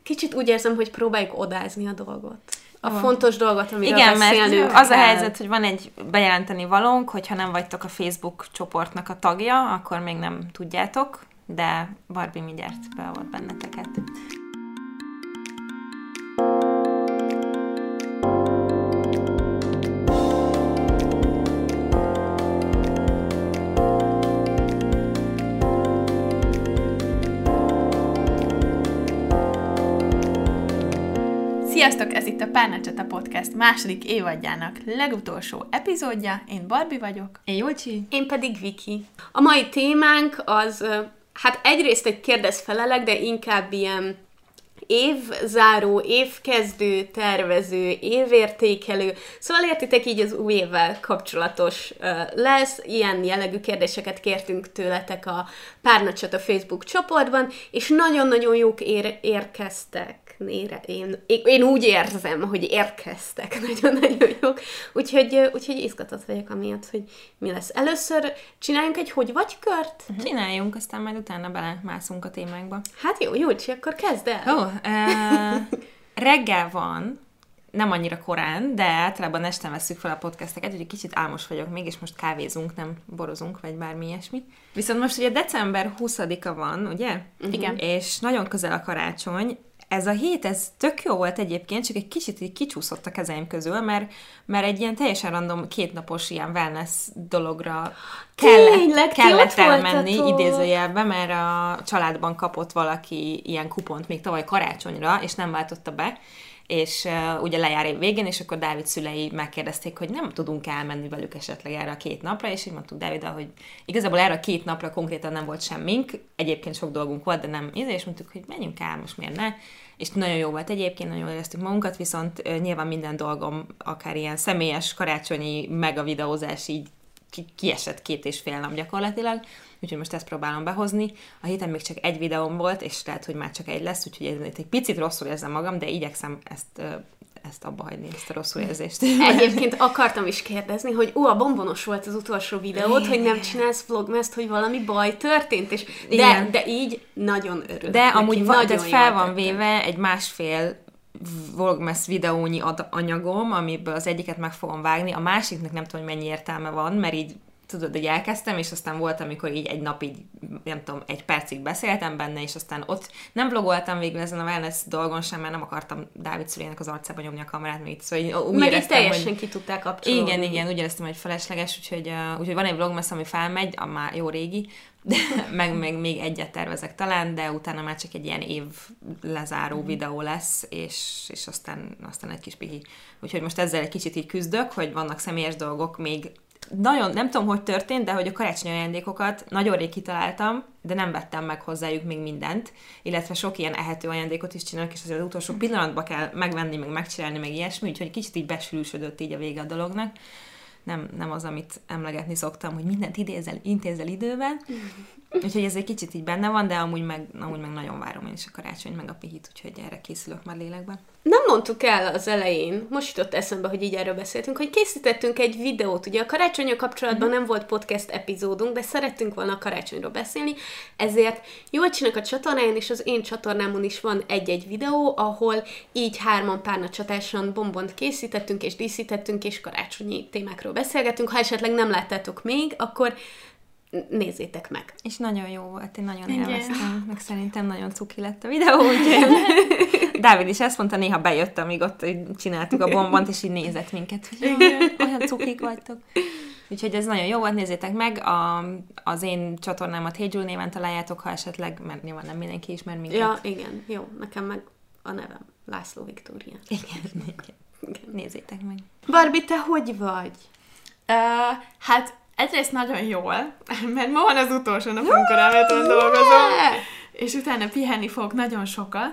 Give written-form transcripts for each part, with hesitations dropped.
kicsit úgy érzem, hogy próbáljuk odázni a dolgot. A fontos dolgot, amiről igen, beszélnünk mert az kell. a helyzet, hogy van egy bejelenteni valónk, hogyha nem vagytok a Facebook csoportnak a tagja, akkor még nem tudjátok, de Barbie mindjárt beavat benneteket. Sziasztok! Ez itt a Párnacsata Podcast második évadjának legutolsó epizódja. Én Barbie vagyok. Én Julcsi. Én pedig Viki. A mai témánk az, hát egyrészt egy kérdez-felelek, de inkább ilyen évzáró, évkezdő, tervező, évértékelő. Szóval értitek, így az új évvel kapcsolatos lesz. Ilyen jellegű kérdéseket kértünk tőletek a Párnacsata Facebook csoportban, és nagyon-nagyon jók érkeztek. Én úgy érzem, hogy érkeztek nagyon-nagyon jók. Úgyhogy izgatott vagyok amiatt, hogy mi lesz. Először csináljunk egy hogy vagy kört? Csináljunk, aztán majd utána belemászunk a témákba. Hát jó, Julcsi, akkor kezd el. Reggel van, nem annyira korán, de általában este vesszük fel a podcasteket, úgyhogy kicsit álmos vagyok még, és most kávézunk, nem borozunk, vagy bármi ilyesmi. Viszont most ugye december 20-a van, ugye? Igen. És nagyon közel a karácsony. Ez a hét, ez tök jó volt egyébként, csak egy kicsit így kicsúszott a kezeim közül, mert egy ilyen teljesen random kétnapos ilyen wellness dologra kellett elmenni idézőjelben, mert a családban kapott valaki ilyen kupont még tavaly karácsonyra, és nem váltotta be, és ugye lejár év végén, és akkor Dávid szülei megkérdezték, hogy nem tudunk elmenni velük esetleg erre a 2 napra, és így mondtuk Dáviddal, hogy igazából erre a 2 napra konkrétan nem volt semmink, egyébként sok dolgunk volt, de nem és mondtuk, hogy menjünk el, most miért ne? És nagyon jó volt egyébként, nagyon jól éreztük magunkat, viszont nyilván minden dolgom, akár ilyen személyes, karácsonyi megavideózás így kiesett 2,5 nap gyakorlatilag, úgyhogy most ezt próbálom behozni. A héten még csak egy videóm volt, és lehet, hogy már csak egy lesz, úgyhogy egy picit rosszul érzem magam, de igyekszem ezt abba hagyni, ezt a rosszul érzést. Egyébként akartam is kérdezni, hogy a bombonos volt az utolsó videót, hogy nem csinálsz vlogmast, hogy valami baj történt, és de így nagyon örülök. De amúgy nagyon fel van véve egy 1,5 vlogmas videónyi anyagom, amiből az egyiket meg fogom vágni, a másiknak nem tudom, hogy mennyi értelme van, mert így tudod, hogy elkezdtem, és aztán volt, amikor így egy nap így, nem tudom, 1 percig beszéltem benne, és aztán ott nem vlogoltam végül ezen a wellness dolgon sem, mert nem akartam Dávid szülének az arcába nyomni a kamerát, még szóval úgy meg éreztem, teljesen ki tudták kapcsolódni. Igen, úgy éreztem, hogy felesleges, úgyhogy van egy vlogmas, ami felmegy, a már jó régi, de meg még egyet tervezek talán, de utána már csak egy ilyen év lezáró videó lesz, és aztán egy kis pihi. Úgyhogy most ezzel egy kicsit így küzdök, hogy vannak személyes dolgok még. Nagyon, nem tudom, hogy történt, de hogy a karácsonyi ajándékokat nagyon rég kitaláltam, de nem vettem meg hozzájuk még mindent, illetve sok ilyen ehető ajándékot is csinálok, és azért az utolsó pillanatban kell megvenni, meg megcsinálni, meg ilyesmi, úgyhogy kicsit így besűrűsödött így a vége a dolognak. Nem az, amit emlegetni szoktam, hogy mindent intézel időben. Úgyhogy ez egy kicsit így benne van, de amúgy meg nagyon várom én is a karácsony, meg a pihit, úgyhogy erre készülök már lélekben. Nem mondtuk el az elején, most jutott eszembe, hogy így erről beszéltünk, hogy készítettünk egy videót. Ugye a karácsonnyal kapcsolatban nem volt podcast epizódunk, de szerettünk volna a karácsonyról beszélni, ezért Julcsinak a csatornáján és az én csatornámon is van egy-egy videó, ahol így 3 párnacsatáson bombont készítettünk és díszítettünk, és karácsonyi témákról beszélgetünk. Ha esetleg nem láttátok még, akkor nézzétek meg. És nagyon jó volt, én nagyon élveztem, meg szerintem nagyon cuki lett a videó, úgyhogy Dávid is ezt mondta, néha bejött, amíg ott csináltuk a bombont, és így nézett minket, hogy olyan cukik vagytok. Úgyhogy ez nagyon jó volt, nézzétek meg, az én csatornámat Hey Jul néven találjátok, ha esetleg, mert nyilván nem mindenki ismer minket. Ja, igen, jó, nekem meg a nevem László Viktória. Igen. Nézzétek meg. Barbie, te hogy vagy? Hát egyrészt nagyon jól, mert ma van az utolsó nap, amikor elméletlen dolgozom, és utána pihenni fogok nagyon sokat,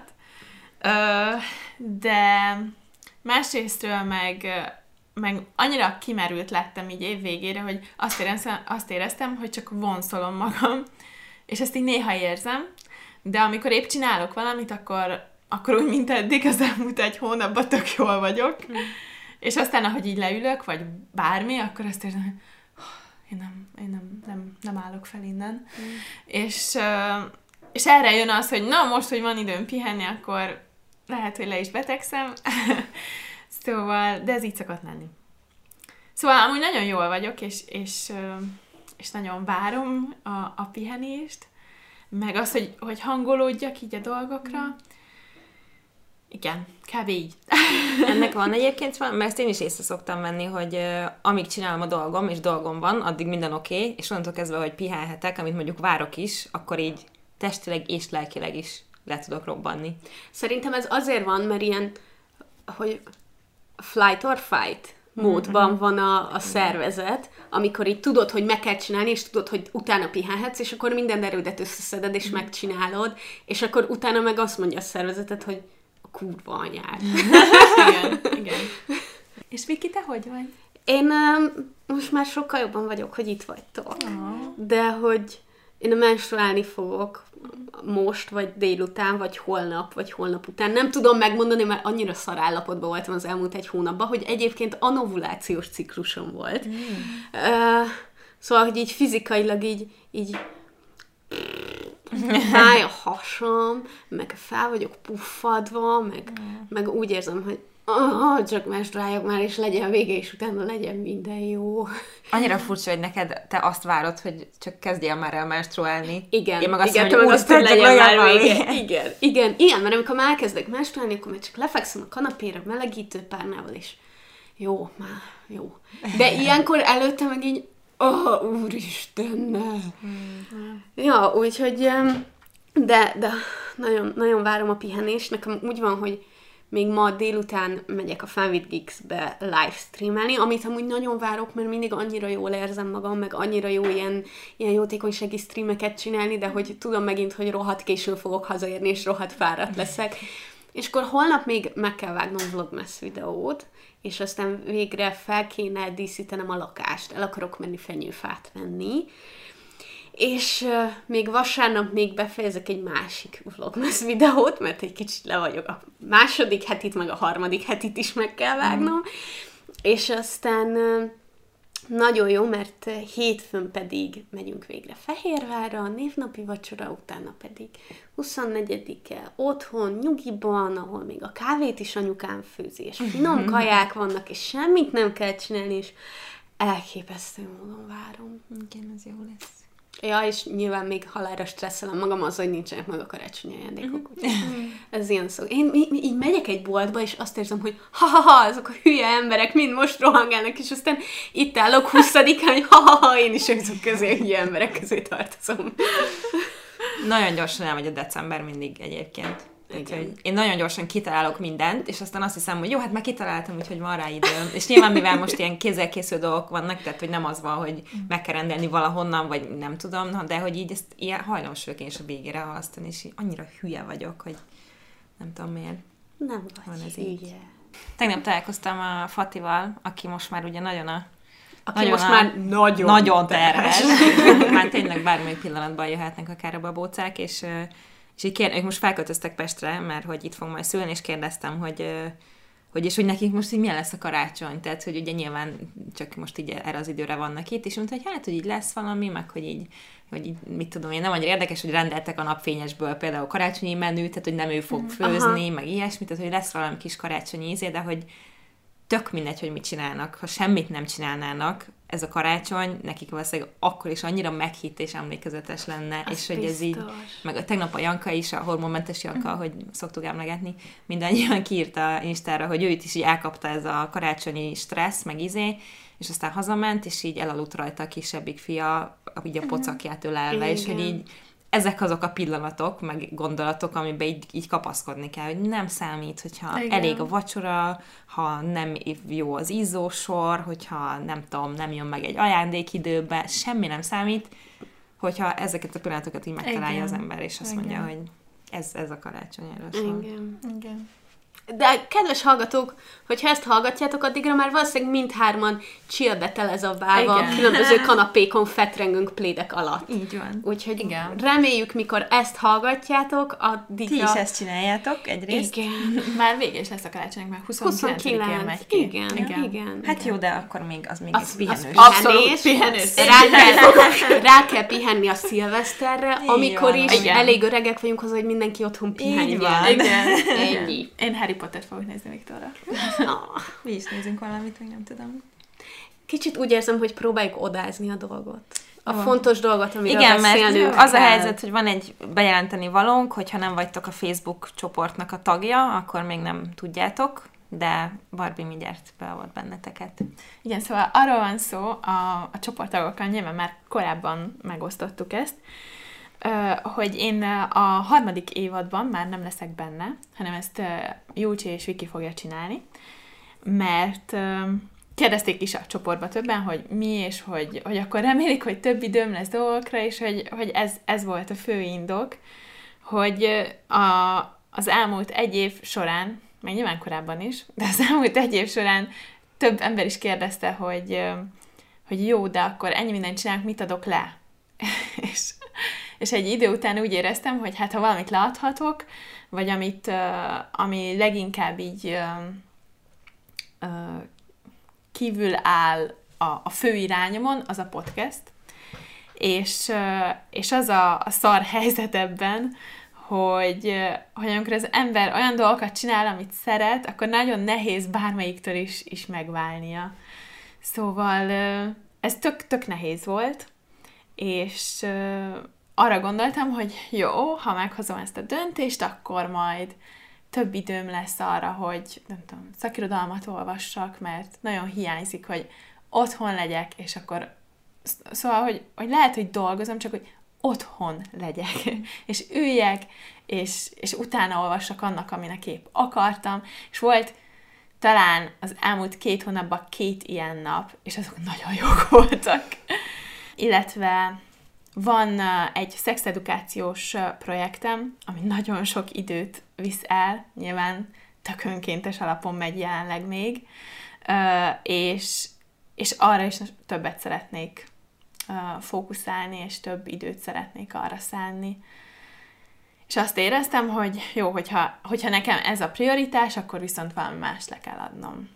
de másrésztről meg annyira kimerült lettem így év végére, hogy azt éreztem, hogy csak vonszolom magam, és ezt így néha érzem, de amikor épp csinálok valamit, akkor úgy, mint eddig, az elmúlt 1 hónapban tök jól vagyok, és aztán, ahogy így leülök, vagy bármi, akkor azt érzem, hogy én nem állok fel innen. És erre jön az, hogy na, most, hogy van időm pihenni, akkor lehet, hogy le is betegszem. Szóval, de ez így szokott lenni. Szóval amúgy nagyon jól vagyok, és nagyon várom a pihenést, meg azt, hogy hangolódjak így a dolgokra. Igen, kb. Így. Ennek van egyébként, mert ezt én is észre szoktam venni, hogy amíg csinálom a dolgom, és dolgom van, addig minden oké, és onnantól kezdve, hogy pihenhetek, amit mondjuk várok is, akkor így testileg és lelkileg is le tudok robbanni. Szerintem ez azért van, mert ilyen, hogy flight or fight módban van a szervezet, amikor így tudod, hogy meg kell csinálni, és tudod, hogy utána pihenhetsz, és akkor minden erődet összeszeded, és megcsinálod, és akkor utána meg azt mondja a szervezeted, hogy a kurva anyád. Igen. És Viki, te hogy vagy? Én most már sokkal jobban vagyok, hogy itt vagytok. De hogy én menstruálni fogok most, vagy délután, vagy holnap után. Nem tudom megmondani, mert annyira szarállapotban voltam az elmúlt egy hónapban, hogy egyébként anovulációs ciklusom volt. Szóval, hogy így fizikailag így fáj a hasam, meg fel vagyok puffadva, meg úgy érzem, hogy csak menstruáljak már, és legyen vége, és utána legyen minden jó. Annyira furcsa, hogy neked te azt várod, hogy csak kezdjél már el menstruálni. Igen, én meg azt igen, mondom, hogy legyen már vége. Igen, mert amikor már elkezdek menstruálni, akkor már csak lefekszem a kanapéra melegítőpárnával, és jó, már jó. De ilyenkor előtte meg így, úristen, ne. Ja, úgyhogy, de nagyon, nagyon várom a pihenést. Nekem úgy van, hogy még ma délután megyek a Fun with Geeks-be livestreamelni, amit amúgy nagyon várok, mert mindig annyira jól érzem magam, meg annyira jó ilyen jótékonysági streameket csinálni, de hogy tudom megint, hogy rohadt későn fogok hazaérni, és rohadt fáradt leszek. És akkor holnap még meg kell vágnom vlogmas videót, és aztán végre fel kéne díszítenem a lakást. El akarok menni fenyőfát venni. És még vasárnap még befejezek egy másik vlogmas videót, mert egy kicsit le vagyok. A második hetit, meg a harmadik hetit is meg kell vágnom. És aztán nagyon jó, mert hétfőn pedig megyünk végre Fehérvárra, a névnapi vacsora, utána pedig 24-e otthon, nyugiban, ahol még a kávét is anyukám főzi, és finom kaják vannak, és semmit nem kell csinálni, és elképesztő módon várom. Igen, ez jó lesz. Ja, és nyilván még halálra stresszelem magam az, hogy nincsenek meg a karácsonyi ajándékok. Ez ilyen szó. Én így megyek egy boltba, és azt érzem, hogy azok a hülye emberek mind most rohangálnak, és aztán itt állok 20-án, hogy én is azok közé, hülye emberek közé tartozom. Nagyon gyorsan elmegy a december mindig egyébként. Úgyhogy én nagyon gyorsan kitalálok mindent, és aztán azt hiszem, hogy jó, hát már kitaláltam, úgyhogy van rá időm. És nyilván, mivel most ilyen kézzel-készülő dolgok vannak, tehát hogy nem az van, hogy meg kell rendelni valahonnan, vagy nem tudom, de hogy így ezt ilyen hajlamos vagyok én is a végére halasztani, és annyira hülye vagyok, hogy nem tudom miért. Nem vagy ez hülye. így. Tegnap találkoztam a Fatival, aki most már ugye nagyon nagyon terhes. Már tényleg bármelyik pillanatban jöhetnek akár a babócák, és így ők most felköltöztek Pestre, mert hogy itt fog majd szülni, és kérdeztem, hogy nekik most így milyen lesz a karácsony, tehát hogy ugye nyilván csak most így erre az időre vannak itt, és mondta, hogy hát, hogy így lesz valami, meg hogy így mit tudom én, nem annyira érdekes, hogy rendeltek a Napfényesből például karácsonyi menüt, tehát hogy nem ő fog főzni, meg ilyesmit, tehát hogy lesz valami kis karácsonyi ízé, de hogy tök mindegy, hogy mit csinálnak, ha semmit nem csinálnának, ez a karácsony nekik valószínűleg akkor is annyira meghitt és emlékezetes lenne, az és hogy biztos. Ez így, meg tegnap a Janka is, a hormonmentes Janka, hogy szoktuk emlegetni, mindannyian kiírta Instára, hogy őt is így elkapta ez a karácsonyi stressz, meg és aztán hazament, és így elaludt rajta a kisebbik fia, ugye a pocakját ölelve, és hogy így ezek azok a pillanatok, meg gondolatok, amiben így kapaszkodni kell, hogy nem számít, hogyha elég a vacsora, ha nem jó az izzósor, hogyha nem tudom, nem jön meg egy ajándék időben, semmi nem számít, hogyha ezeket a pillanatokat így megtalálja az ember, és azt mondja, hogy ez a karácsony erről szól. Igen. De kedves hallgatók, hogyha ezt hallgatjátok, addigra már valószínűleg mindhárman csillbetelezabálva, különböző kanapékon fetrengünk plédek alatt. Így van. Úgyhogy igen. Reméljük, mikor ezt hallgatjátok, addigra... Ti is ezt csináljátok egyrészt. Igen. Már vége is lesz a karácsonynak, már 29-én megy ki. Igen. Hát jó, de akkor még az pihenős. Abszolút pihenős. Rá kell pihenni a szilveszterre, Így amikor van. is Igen. elég öregek vagyunk hozzá, hogy mindenki otthon pihenjen. van. Igen. Ennyi. Én Harry Pottert fogok nézni Viktorra. Mi is nézünk valamit, még nem tudom. Kicsit úgy érzem, hogy próbáljuk odázni a dolgot. A Jó. fontos dolgot, amiről Igen, beszélnünk mert az a kell. helyzet, hogy van egy bejelenteni valónk, hogyha nem vagytok a Facebook csoportnak a tagja, akkor még nem tudjátok, de Barbie mindjárt beavat benneteket. Igen, szóval arról van szó, a csoporttagokkal nyilván már korábban megosztottuk ezt, hogy én a 3. évadban már nem leszek benne, hanem ezt Júlcsi és Viki fogja csinálni, mert kérdezték is a csoportba többen, hogy mi, és hogy akkor remélik, hogy több időm lesz dolgokra, és hogy ez volt a fő indok, hogy az elmúlt 1 év során, meg nyilván korábban is, de az elmúlt 1 év során több ember is kérdezte, hogy jó, de akkor ennyi mindent csinálok, mit adok le? és egy idő után úgy éreztem, hogy hát ha valamit leadhatok, vagy ami leginkább így kívül áll a fő irányomon, az a podcast. És az a szar helyzet ebben, hogy amikor az ember olyan dolgokat csinál, amit szeret, akkor nagyon nehéz bármelyiktől is megválnia. Szóval ez tök nehéz volt, és arra gondoltam, hogy jó, ha meghozom ezt a döntést, akkor majd több időm lesz arra, hogy nem tudom, szakirodalmat olvassak, mert nagyon hiányzik, hogy otthon legyek, és akkor szóval, hogy lehet, hogy dolgozom, csak hogy otthon legyek, és üljek, és utána olvassak annak, aminek épp akartam, és volt talán az elmúlt 2 hónapban 2 ilyen nap, és azok nagyon jók voltak. Illetve van egy szexedukációs projektem, ami nagyon sok időt visz el, nyilván tök önkéntes alapon megy jelenleg még, és arra is többet szeretnék fókuszálni, és több időt szeretnék arra szánni. És azt éreztem, hogy jó, hogyha nekem ez a prioritás, akkor viszont valami más le kell adnom.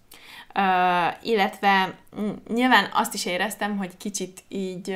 Illetve nyilván azt is éreztem, hogy kicsit így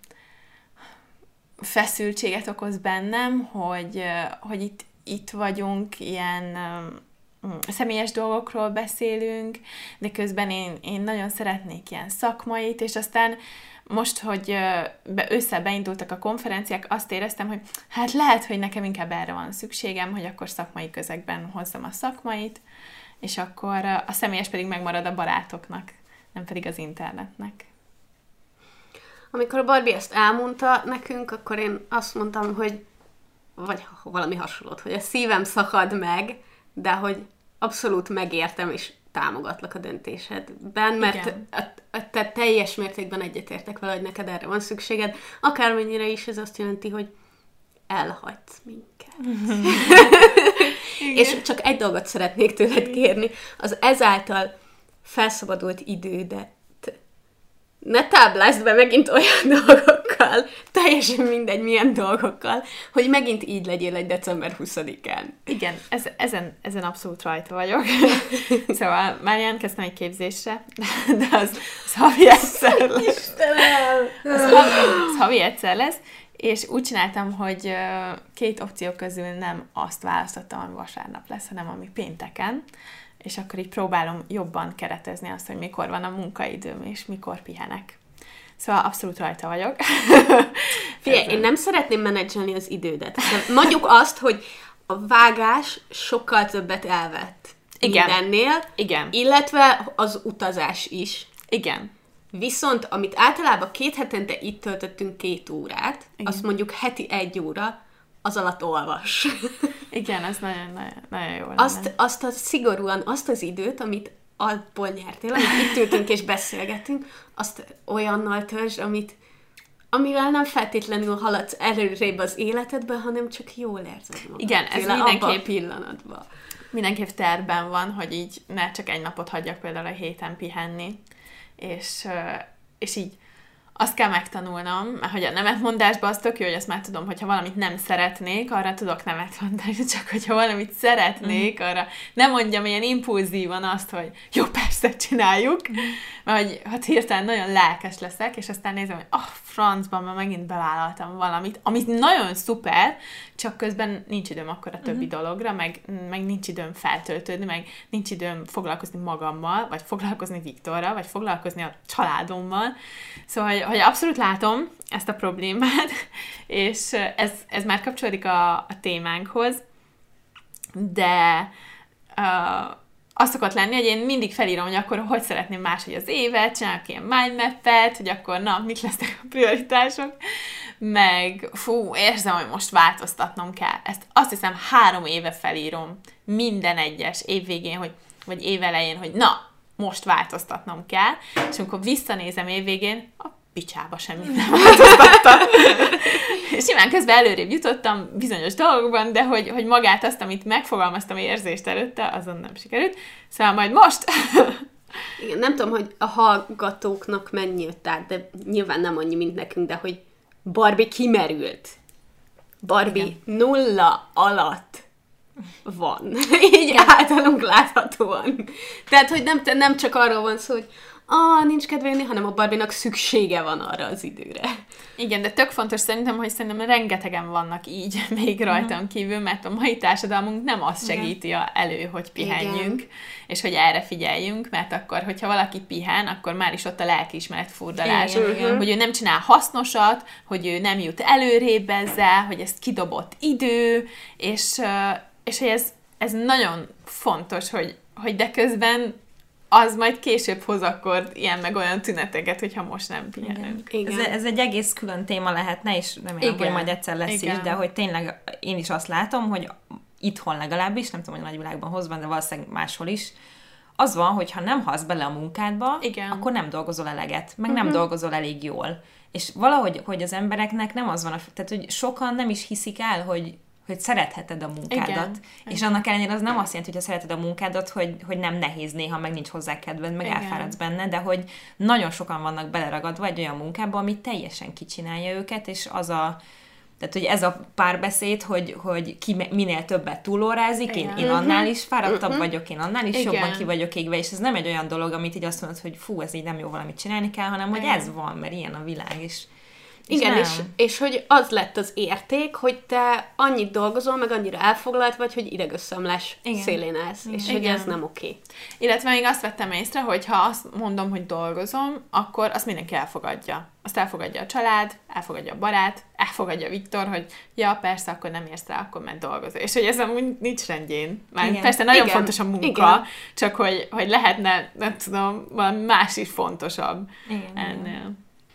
feszültséget okoz bennem, hogy itt vagyunk, ilyen személyes dolgokról beszélünk, de közben én nagyon szeretnék ilyen szakmait, és aztán most, hogy ősszel beindultak a konferenciák, azt éreztem, hogy hát lehet, hogy nekem inkább erre van szükségem, hogy akkor szakmai közegben hozzam a szakmait, és akkor a személyes pedig megmarad a barátoknak, nem pedig az internetnek. Amikor a Barbie ezt elmondta nekünk, akkor én azt mondtam, hogy vagy valami hasonlót, hogy a szívem szakad meg, de hogy abszolút megértem és támogatlak a döntésedben, mert te teljes mértékben egyetértek vele, hogy neked erre van szükséged, akármennyire is ez azt jelenti, hogy elhagysz minket. És csak egy dolgot szeretnék tőled kérni, az ezáltal felszabadult idődet ne táblázd be megint olyan dolgokkal, teljesen mindegy milyen dolgokkal, hogy megint így legyél egy december 20-án. Igen, ezen abszolút rajta vagyok. Szóval már jelentkeztem egy képzésre, de az havi egyszer lesz. Istenem! Az havi egyszer lesz, és úgy csináltam, hogy 2 opció közül nem azt választottam, ami vasárnap lesz, hanem ami pénteken, és akkor így próbálom jobban keretezni azt, hogy mikor van a munkaidőm, és mikor pihenek. Szóval abszolút rajta vagyok. Figyelj, én nem szeretném menedzselni az idődet. De mondjuk azt, hogy a vágás sokkal többet elvett mindennél, Igen. Illetve az utazás is. Igen. Viszont, amit általában 2 hetente itt töltöttünk 2 órát, Igen. azt mondjuk heti 1 óra, az alatt olvas. Igen, az nagyon jó lenne. Szigorúan azt az időt, amit abból nyertél, amit itt ültünk és beszélgetünk, azt olyannal töltsd, amivel nem feltétlenül haladsz előrébb az életedben, hanem csak jól érzed magad. Igen, ez abban a mindenképp pillanatban. mindenképp tervben van, hogy így ne csak egy napot hagyjak például a héten pihenni, és így azt kell megtanulnom, mert hogy a nemetmondásban az tök jó, hogy azt már tudom, hogyha valamit nem szeretnék, arra tudok nemet mondani, csak hogyha valamit szeretnék, arra nem mondjam ilyen impulzívan azt, hogy jó, persze, csináljuk, mert hogy hát hirtelen nagyon lelkes leszek, és aztán nézem, hogy francban már megint bevállaltam valamit, amit nagyon szuper, csak közben nincs időm akkor a többi dologra, meg nincs időm feltöltődni, meg nincs időm foglalkozni magammal, vagy foglalkozni Viktorral, vagy foglalkozni a családommal. Szóval, hogy abszolút látom ezt a problémát, és ez már kapcsolódik a témánkhoz, de az szokott lenni, hogy én mindig felírom, hogy akkor hogy szeretném máshogy az évet, csinálok ilyen mindmap-et, hogy akkor mik lesznek a prioritások, meg érzem, hogy most változtatnom kell. Ezt azt hiszem 3 éve felírom minden egyes év végén, vagy év elején, hogy most változtatnom kell, és amikor visszanézem év végén, a picsába semmit nem változtattam. Simán közben előrébb jutottam bizonyos dolgokban, de hogy magát azt, amit megfogalmaztam érzést előtte, azon nem sikerült. Szóval majd most... Igen, nem tudom, hogy a hallgatóknak mennyi jött át, de nyilván nem annyi, mint nekünk, de hogy Barbie kimerült. Barbie igen. 0 alatt van. Így általunk láthatóan. Tehát, hogy nem csak arról van szó, hogy nincs kedve jönni, hanem a Barbie-nak szüksége van arra az időre. Igen, de tök fontos szerintem, hogy rengetegen vannak így még rajtam kívül, mert a mai társadalmunk nem azt segíti elő, hogy pihenjünk, igen. és hogy erre figyeljünk, mert akkor, hogyha valaki pihen, akkor már is ott a lelkiismeret furdalás, hogy ő nem csinál hasznosat, hogy ő nem jut előrébb ezzel, hogy ez kidobott idő, és hogy ez nagyon fontos, hogy de közben az majd később hoz akkor ilyen meg olyan tüneteket, hogyha most nem pihenünk. Ez egy egész külön téma lehetne, és remélem, hogy majd egyszer lesz is, de hogy tényleg én is azt látom, hogy itthon legalábbis, nem tudom, hogy a nagyvilágban hozban, de valószínűleg máshol is, az van, hogy ha nem halsz bele a munkádba, akkor nem dolgozol eleget, meg nem dolgozol elég jól. És valahogy, hogy az embereknek nem az van, tehát hogy sokan nem is hiszik el, hogy szeretheted a munkádat. Igen. És annak ellenére az nem azt jelenti, hogy ha szereted a munkádat, hogy nem nehéz néha, meg nincs hozzá kedved, meg elfáradsz benne, de hogy nagyon sokan vannak beleragadva egy olyan munkába, ami teljesen kicsinálja őket, és tehát, hogy ez a párbeszéd, hogy ki minél többet túlórázik, én annál is fáradtabb vagyok, én annál is jobban ki vagyok égve, és ez nem egy olyan dolog, amit így azt mondod, hogy ez így nem jó, valamit csinálni kell, hanem hogy ez van, mert ilyen a világ is. Igen, és hogy az lett az érték, hogy te annyit dolgozol, meg annyira elfoglalt vagy, hogy idegösszömlás szélén állsz, és hogy ez nem oké. Illetve még azt vettem észre, hogy ha azt mondom, hogy dolgozom, akkor azt mindenki elfogadja. Azt elfogadja a család, elfogadja a barát, elfogadja Viktor, hogy ja, persze, akkor nem érsz rá, akkor mert dolgozol. És hogy ez amúgy nincs rendjén. Már persze nagyon fontos a munka, csak hogy lehetne, nem tudom, valami más is fontosabb ennél.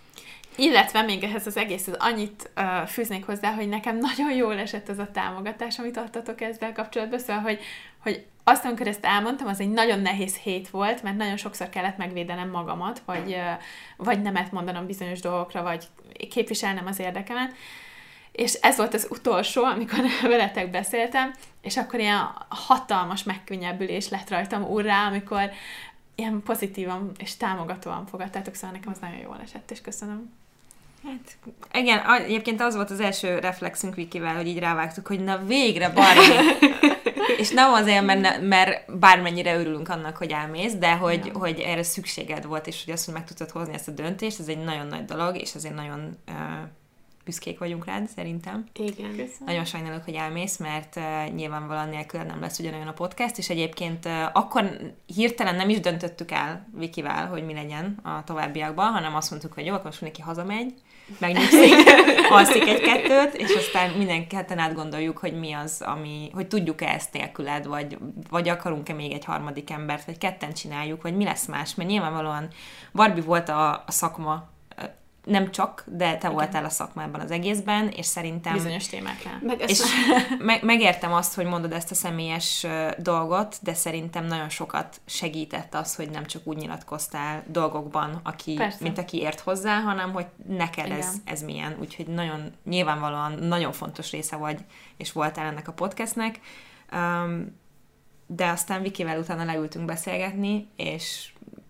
Illetve még ehhez az egészhez annyit fűznék hozzá, hogy nekem nagyon jól esett az a támogatás, amit adtatok ezzel kapcsolatban, szóval, hogy azt, amikor ezt elmondtam, az egy nagyon nehéz hét volt, mert nagyon sokszor kellett megvédenem magamat, vagy nemet mondanom bizonyos dolgokra, vagy képviselnem az érdekemet, és ez volt az utolsó, amikor veletek beszéltem, és akkor ilyen hatalmas megkönnyebbülés lett rajtam úrrá, amikor ilyen pozitívan és támogatóan fogadtátok, szóval nekem az nagyon jól esett, és köszönöm. Hát, igen, egyébként az volt az első reflexünk Vikivel, hogy így rávágtuk, hogy na végre Barbie! És nem azért, mert bármennyire örülünk annak, hogy elmész, de hogy erre szükséged volt, és hogy azt, hogy meg tudtad hozni ezt a döntést, ez egy nagyon nagy dolog, és azért nagyon büszkék vagyunk rád, szerintem. Igen. Köszönöm. Nagyon sajnálok, hogy elmész, mert nyilvánvalóan nélkül nem lesz ugyanolyan a podcast, és egyébként akkor hirtelen nem is döntöttük el Vikivel, hogy mi legyen a továbbiakban, hanem azt mondtuk, hogy jó, akkor most mindenki hazamegy, megnyugszik, alszik egy-kettőt, és aztán mindenketten átgondoljuk, hogy mi az, hogy tudjuk-e ezt nélküled, vagy akarunk-e még egy harmadik embert, vagy ketten csináljuk, vagy mi lesz más, mert nyilvánvalóan Barbie volt a szakma, nem csak, de te voltál a szakmában az egészben, és szerintem... Bizonyos témáknál. És megértem azt, hogy mondod ezt a személyes dolgot, de szerintem nagyon sokat segített az, hogy nem csak úgy nyilatkoztál dolgokban, mint aki ért hozzá, hanem hogy neked ez milyen. Úgyhogy nagyon, nyilvánvalóan nagyon fontos része vagy, és voltál ennek a podcastnek. de aztán Vikivel utána leültünk beszélgetni, és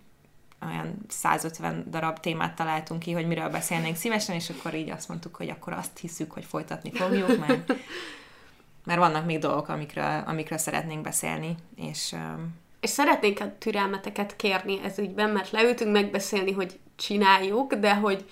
olyan 150 darab témát találtunk ki, hogy miről beszélnénk szívesen, és akkor így azt mondtuk, hogy akkor azt hiszük, hogy folytatni fogjuk, mert vannak még dolgok, amikről szeretnénk beszélni, és szeretnénk a türelmeteket kérni ez ügyben, mert leültünk megbeszélni, hogy csináljuk, de hogy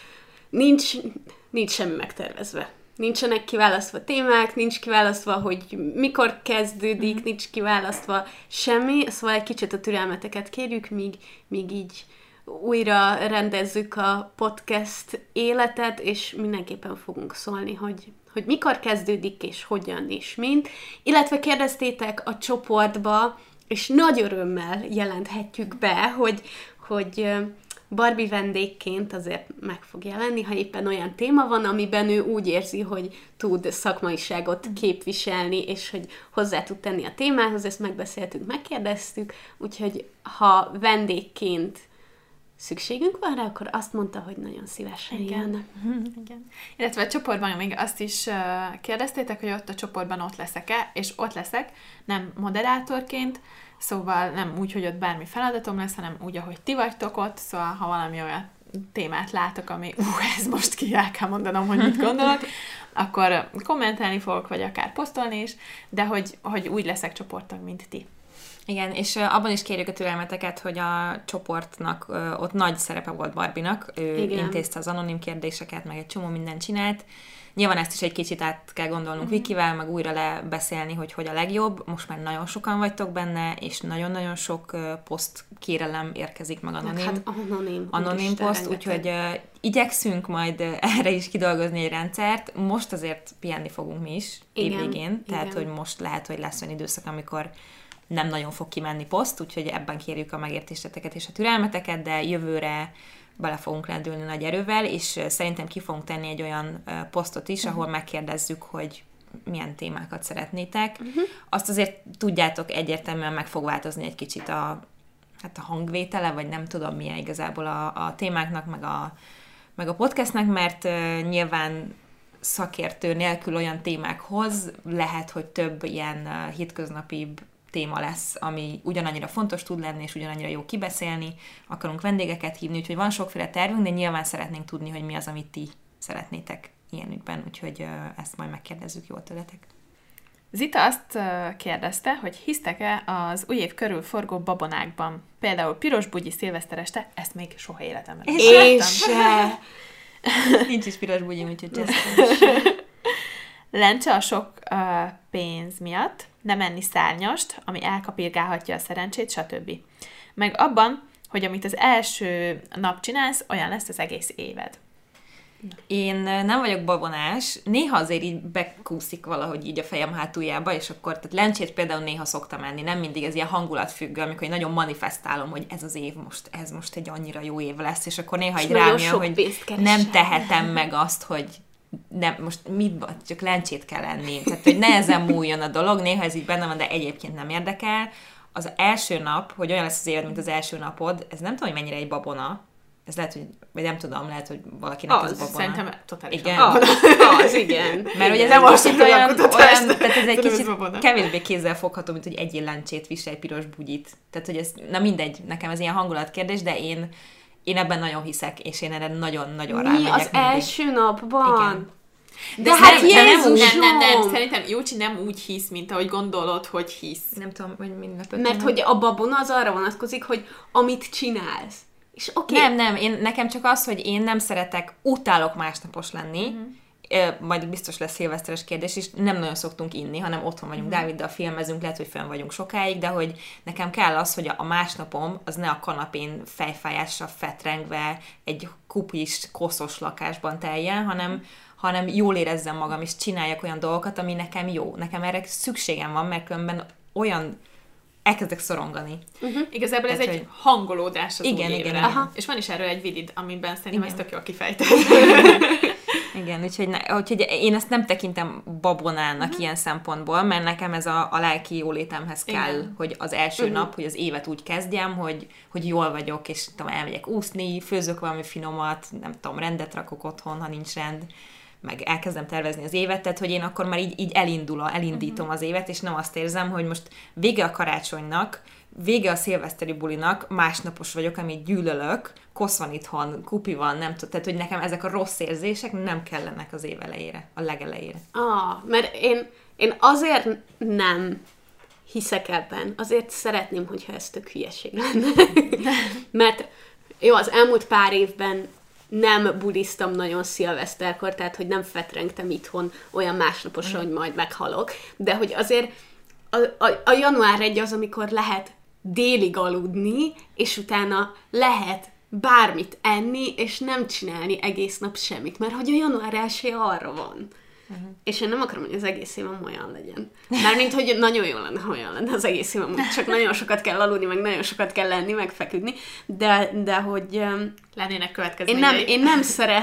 nincs semmi megtervezve. Nincsenek kiválasztva témák, nincs kiválasztva, hogy mikor kezdődik, nincs kiválasztva semmi, szóval egy kicsit a türelmeteket kérjük, míg így újra rendezzük a podcast életet, és mindenképpen fogunk szólni, hogy mikor kezdődik, és hogyan, és mind. Illetve kérdeztétek a csoportba, és nagy örömmel jelenthetjük be, hogy Barbie vendégként azért meg fog jelenni, ha éppen olyan téma van, amiben ő úgy érzi, hogy tud szakmaiságot képviselni, és hogy hozzá tud tenni a témához, ezt megbeszéltük, megkérdeztük, úgyhogy ha vendégként szükségünk van rá, akkor azt mondta, hogy nagyon szívesen jön. Igen. Illetve a csoportban még azt is kérdeztétek, hogy ott a csoportban ott leszek-e, és ott leszek, nem moderátorként, szóval nem úgy, hogy ott bármi feladatom lesz, hanem úgy, ahogy ti vagytok ott, szóval ha valami olyan témát látok, ami ez most ki el kell mondanom, hogy mit gondolok, akkor kommentálni fogok, vagy akár posztolni is, de hogy úgy leszek csoporttag, mint ti. Igen, és abban is kérjük a türelmeteket, hogy a csoportnak ott nagy szerepe volt Barbinak, ő intézte az anonim kérdéseket, meg egy csomó mindent csinált. Nyilván ezt is egy kicsit át kell gondolnunk Vikivel, meg újra lebeszélni, hogy a legjobb. Most már nagyon sokan vagytok benne, és nagyon-nagyon sok poszt kérelem érkezik meg anonim. Hát anonim poszt, úgyhogy igyekszünk majd erre is kidolgozni egy rendszert. Most azért pihenni fogunk mi is évvégén, tehát hogy most lehet, hogy lesz olyan időszak, amikor nem nagyon fog kimenni poszt, úgyhogy ebben kérjük a megértéseteket és a türelmeteket, de jövőre bele fogunk lendülni nagy erővel, és szerintem ki fogunk tenni egy olyan posztot is, ahol megkérdezzük, hogy milyen témákat szeretnétek. Azt azért tudjátok, egyértelműen meg fog változni egy kicsit a hangvétele, vagy nem tudom milyen igazából a témáknak, meg a podcastnek, mert nyilván szakértő nélkül olyan témákhoz lehet, hogy több ilyen hétköznapibb téma lesz, ami ugyanannyira fontos tud lenni, és ugyanannyira jó kibeszélni, akarunk vendégeket hívni, úgyhogy van sokféle tervünk, de nyilván szeretnénk tudni, hogy mi az, amit ti szeretnétek ilyen ügyben, úgyhogy ezt majd megkérdezzük jól tőletek. Zita azt kérdezte, hogy hisztek-e az új év körül forgó babonákban? Például piros bugyi szilveszter este, ezt még soha életemben nem láttam. Nincs is piros bugyim, úgyhogy Lencse a sok pénz miatt, nem enni szárnyast, ami elkapirgálhatja a szerencsét, stb. Meg abban, hogy amit az első nap csinálsz, olyan lesz az egész éved. Én nem vagyok babonás, néha azért így bekúszik valahogy így a fejem hátuljába, és akkor, tehát lencsét például néha szoktam enni, nem mindig ez ilyen hangulatfüggő, amikor én nagyon manifestálom, hogy ez az év ez most egy annyira jó év lesz, és akkor néha így rám jön, hogy nem tehetem meg azt, hogy nem, most csak lencsét kell enni. Tehát, hogy ne ezen múljon a dolog, néha ez így benne van, de egyébként nem érdekel. Az első nap, hogy olyan lesz az éved, mint az első napod, ez nem tudom, hogy mennyire egy babona. Ez lehet, hogy, vagy nem tudom, lehet, hogy valakinek ez babona. Szerintem totálisan. Igen. Igen. Mert ugye ez nem most itt olyan, tehát ez egy kicsit babona. kevésbé kézzel fogható, mint hogy egyél lencsét viselj piros bugyit. Tehát, hogy ez, na mindegy, nekem ez ilyen hangulatkérdés, de én ebben nagyon hiszek, és én erre nagyon-nagyon rámegyek. Mi az első napban? Igen. De hát Jézusom! Nem, szerintem Jócsi nem úgy hisz, mint ahogy gondolod, hogy hisz. Nem tudom, hogy mi lepődtem. Mert hogy a babona az arra vonatkozik, hogy amit csinálsz. És oké. Nem, nekem csak az, hogy én nem szeretek, utálok másnapos lenni, majd biztos lesz szilveszteres kérdés is, nem nagyon szoktunk inni, hanem otthon vagyunk Dáviddal, filmezünk, lehet, hogy fönn vagyunk sokáig, de hogy nekem kell az, hogy a másnapom az ne a kanapén fejfájással fetrengve egy kupis, koszos lakásban teljen, hanem jól érezzem magam, és csináljak olyan dolgokat, ami nekem jó. Nekem erre szükségem van, mert különben olyan elkezdek szorongani. Igazából ez egy hangolódás az új évre. Igen. És van is erről egy vidid, amiben szerintem ezt tök jól kifejtett. Igen, úgyhogy én ezt nem tekintem babonának ilyen szempontból, mert nekem ez a lelki jólétemhez kell, hogy az első nap, hogy az évet úgy kezdjem, hogy jól vagyok, és tudom, elmegyek úszni, főzök valami finomat, nem tudom, rendet rakok otthon, ha nincs rend, meg elkezdem tervezni az évet, tehát hogy én akkor már így elindítom az évet, és nem azt érzem, hogy most vége a karácsonynak, vége a szilveszteri bulinak, másnapos vagyok, amit gyűlölök, kosz van itthon, kupi van, nem tudom, tehát hogy nekem ezek a rossz érzések nem kellenek az év elejére, a legelejére. Mert én azért nem hiszek ebben, azért szeretném, hogyha ez tök hülyeség lenne. Mert jó, az elmúlt pár évben nem buliztam nagyon szilveszterkor, tehát hogy nem fetrengtem itthon olyan másnaposan, hogy majd meghalok, de hogy azért a január 1 az, amikor lehet délig aludni, és utána lehet bármit enni, és nem csinálni egész nap semmit, mert hogy a január 1 arra van. És én nem akarom, hogy az egész évem olyan legyen. Mármint, hogy nagyon jó lenne, ha olyan lenne az egész évem, csak nagyon sokat kell aludni, meg nagyon sokat kell lenni, meg feküdni, de hogy... lennének következményei. Én nem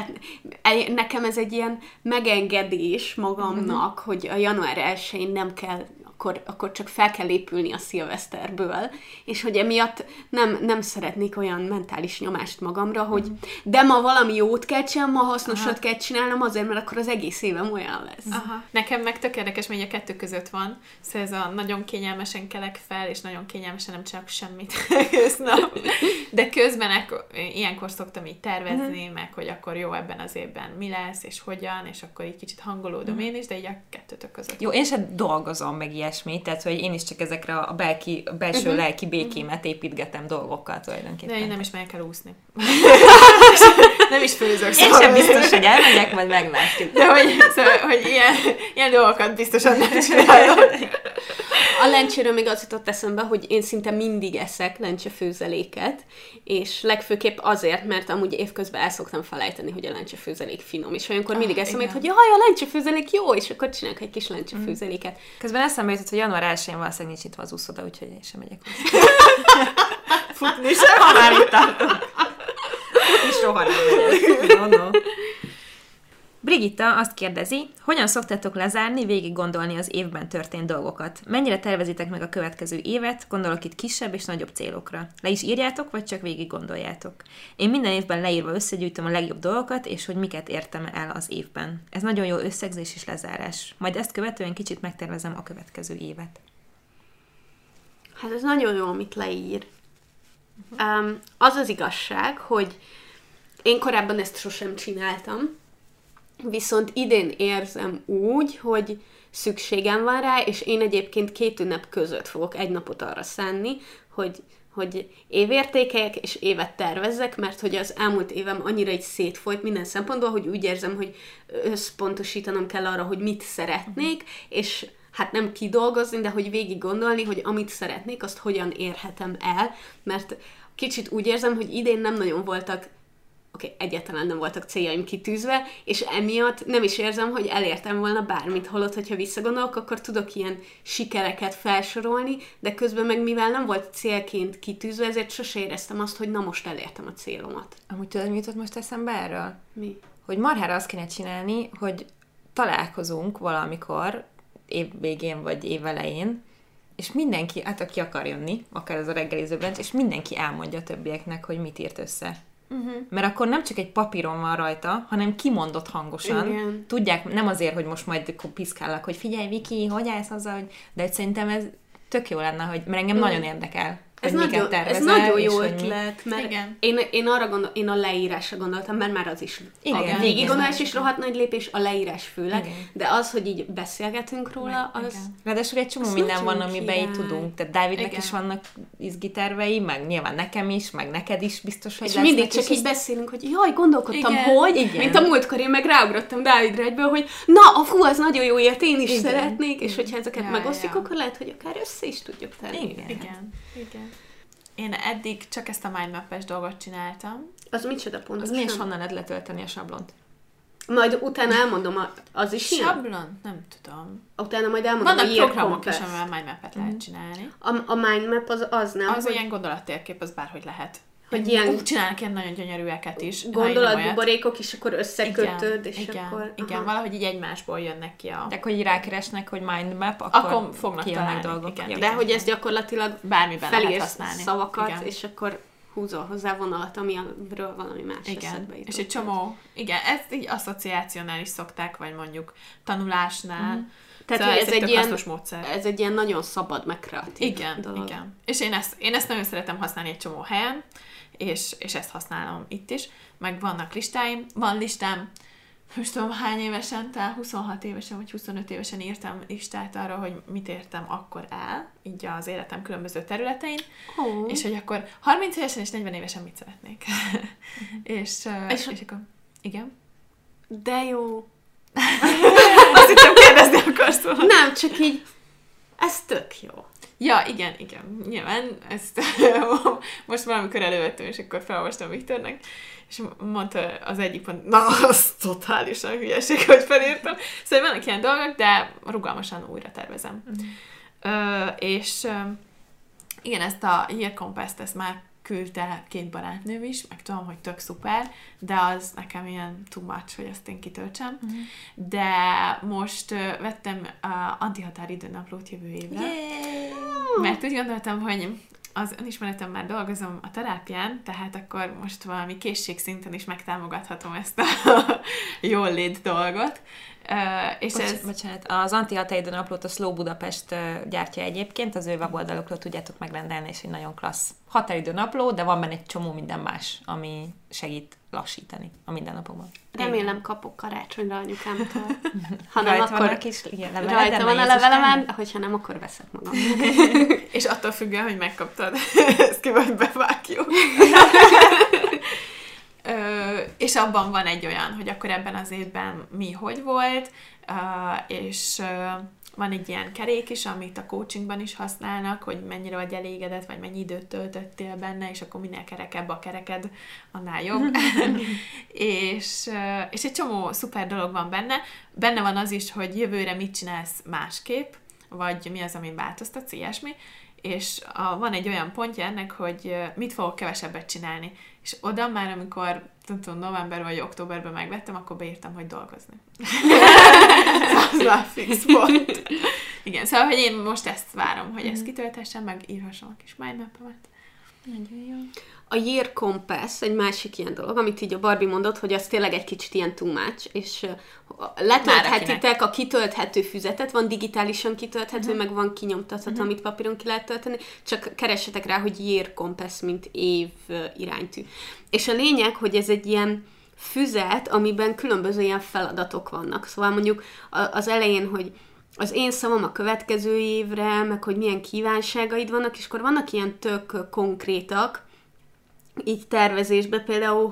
nekem ez egy ilyen megengedés magamnak, hogy a január 1-én nem kell, akkor csak fel kell épülni a szilveszterből, és hogy emiatt nem szeretnék olyan mentális nyomást magamra, hogy de ma valami jót kell csinálnom, ma hasznosat kell csinálnom azért, mert akkor az egész évem olyan lesz. Aha. Nekem meg tök érdekes, hogy a kettő között van, szóval ez a nagyon kényelmesen kelek fel, és nagyon kényelmesen nem csinálok semmit egész nap. De közben ilyenkor szoktam így tervezni, meg hogy akkor jó, ebben az évben mi lesz, és hogyan, és akkor így kicsit hangolódom én is, de így a kettőtök között. Jó, én sem dolgozom meg ilyesmi, tehát hogy én is csak ezekre a belső lelki békémet építgetem dolgokkal tulajdonképpen. De én nem is megyek el úszni. Nem is főzök. Én sem biztos, hogy elmegyek, majd meglátjuk. De hogy ilyen dolgokat biztosan nem csinálok. A lencséről még az jutott eszembe, hogy én szinte mindig eszek lencsefőzeléket, és legfőképp azért, mert amúgy évközben el szoktam felejteni, hogy a lencsefőzelék finom, és olyankor mindig eszem, hogy jaj, a lencsefőzelék jó, és akkor csinálok egy kis lencsefőzeléket. Közben eszembe jutott, hogy január 1-én valószínűleg nincs nyitva az úszoda, úgyhogy én sem megyek hozzá. Futni sem, ha már itt tartom. Futni soha nem megyek. No. Brigitta azt kérdezi, hogyan szoktátok lezárni, végig gondolni az évben történt dolgokat? Mennyire tervezitek meg a következő évet? Gondolok itt kisebb és nagyobb célokra. Le is írjátok, vagy csak végig gondoljátok? Én minden évben leírva összegyűjtöm a legjobb dolgokat, és hogy miket értem el az évben. Ez nagyon jó összegzés és lezárás. Majd ezt követően kicsit megtervezem a következő évet. Hát ez nagyon jó, amit leír. Az az igazság, hogy én korábban ezt sosem csináltam, viszont idén érzem úgy, hogy szükségem van rá, és én egyébként 2 ünnep között fogok egy napot arra szánni, hogy évértékeljek és évet tervezzek, mert hogy az elmúlt évem annyira így szétfolyt minden szempontból, hogy úgy érzem, hogy összpontosítanom kell arra, hogy mit szeretnék, és hát nem kidolgozni, de hogy végig gondolni, hogy amit szeretnék, azt hogyan érhetem el, mert kicsit úgy érzem, hogy idén nem nagyon voltak egyáltalán nem voltak céljaim kitűzve, és emiatt nem is érzem, hogy elértem volna bármit, holott, hogyha visszagondolok, akkor tudok ilyen sikereket felsorolni, de közben meg mivel nem volt célként kitűzve, ezért sose éreztem azt, hogy na most elértem a célomat. Amúgy tudod, mi jutott most eszembe erről? Mi? Hogy marhára azt kéne csinálni, hogy találkozunk valamikor, év végén vagy év elején, és mindenki, hát aki akar jönni, akár ez a reggeliző brunch, és mindenki elmondja a többieknek, hogy mit írt össze. Mert akkor nem csak egy papíron van rajta, hanem kimondott hangosan. Igen. Tudják, nem azért, hogy most majd piszkállak, hogy figyelj, Viki, hogy állsz azzal, hogy... de hogy szerintem ez tök jó lenne, hogy mert engem nagyon érdekel, hogy miket tervezel. Ez nagyon jó ötlet, mert igen. Én a leírásra gondoltam, mert már az is igen, a végigigondolás is rohadt nagy lépés, a leírás főleg, igen. De az, hogy így beszélgetünk róla, az... Igen. Ráadásul egy csomó minden van, amiben így tudunk. Tehát Dávidnek igen. is vannak izgi tervei, meg nyilván nekem is, meg neked is biztos, hogy és lesznek. mindig csak így beszélünk, hogy jaj, gondolkodtam, igen. hogy, igen. Mint a múltkor én meg ráugrottam Dávidra egyből, hogy na, fú, az nagyon jó élt, én is igen. szeretnék, és hogyha ezeket Ja, megosztjuk, ja. akkor lehet, hogy akár össze is tudjuk tenni. Igen. Igen. Én eddig csak ezt a mindmap-es dolgot csináltam. Az micsoda Az pontosan? mi és honnan lehet letölteni a sablont? Majd utána elmondom, az is ilyen? Sablon? Nem tudom. Utána majd elmondom, Vannak hogy ilyen programok is, Compass. amivel mindmap-et lehet csinálni. A mindmap az nem, Az hogy ilyen gondolattérkép, az bárhogy lehet. Hogy ilyen csinálnak ilyen nagyon gyönyörűeket is. gondolatbuborékok, és akkor összekötöd, és igen, akkor... igen, aha. valahogy így egymásból jönnek ki a... De akkor így rákeresnek, hogy mindmap, Akkor fognak kijönnek találni, dolgok. igen. Ja. De hogy ez gyakorlatilag Bármiben lehet felírsz használni. szavakat, Igen. és akkor húzol hozzá vonalat, amiről valami más eszedbe jutott. És egy csomó, ezt így asszociációnál is szokták, vagy mondjuk tanulásnál. Tehát szóval ez egy ilyen nagyon szabad, meg kreatív dolog. Igen. És én ezt nagyon szeretem használni egy csomó helyen, és ezt használom itt is. Meg vannak listáim. Van listám, most tudom hány évesen, talán 26 évesen, vagy 25 évesen írtam listát arra, hogy mit értem akkor el, így az életem különböző területein, és hogy akkor 30 évesen és 40 évesen mit szeretnék. és akkor, igen. De jó. Azt hittem kérdezni akarsz volna. Nem, csak így, ez tök jó. Ja, igen. Nyilván, ezt most valamikor elővettem, és akkor felolvastam Viktornak, és mondta az egyik pont, na, az totálisan hülyeség, hogy felírtam. Szóval vannak ilyen dolgok, de rugalmasan újra tervezem. És igen, ezt a Year Compass-t, ezt már küldte 2 barátnőm is, meg tudom, hogy tök szuper, de az nekem ilyen too much, hogy ezt én kitöltsem. De most vettem antihatáridő naplót jövő évre. Mert úgy gondoltam, hogy az önismeretem már dolgozom a terápián, tehát akkor most valami készségszinten is megtámogathatom ezt a jól lét dolgot. Bocsánat, az antihatáridő naplót a Slow Budapest gyártja egyébként, az ő weboldalukról tudjátok megrendelni, és egy nagyon klassz határidő napló, de van benne egy csomó minden más, ami segít lassítani a mindennapokban. Remélem kapok karácsonyra anyukámtól. Ha nem, akkor rajta van a levelemen, hogyha nem, akkor veszek magam. És attól függően, hogy megkaptad, ezt ki vagy bevágjuk. És abban van egy olyan, hogy akkor ebben az évben mi hogy volt, és van egy ilyen kerék is, amit a coachingban is használnak, hogy mennyire vagy elégedett, vagy mennyi időt töltöttél benne, és akkor minél kerekebb a kereked, annál jobb. és egy csomó szuper dolog van benne. Benne van az is, hogy jövőre mit csinálsz másképp, vagy mi az, amin változtatsz, ilyesmi. És van egy olyan pontja ennek, hogy mit fogok kevesebbet csinálni. És oda már, amikor tudom, november vagy októberben megvettem, akkor beírtam, hogy dolgozni. Az már fix pont. Igen, szóval, hogy én most ezt várom, hogy ezt kitöltessem, meg írhassam a kis mindmap-emet. Nagyon jó. A Year Compass egy másik ilyen dolog, amit így a Barbie mondott, hogy az tényleg egy kicsit ilyen too much, és letölthetitek a kitölthető füzetet, van digitálisan kitölthető, meg van kinyomtatható, amit papíron ki lehet tölteni, csak keressetek rá, hogy Year Compass, mint év iránytű. És a lényeg, hogy ez egy ilyen füzet, amiben különböző ilyen feladatok vannak. Szóval mondjuk az elején, hogy az én szavam a következő évre, meg hogy milyen kívánságaid vannak, és akkor vannak ilyen tök konkrétak, így tervezésben például,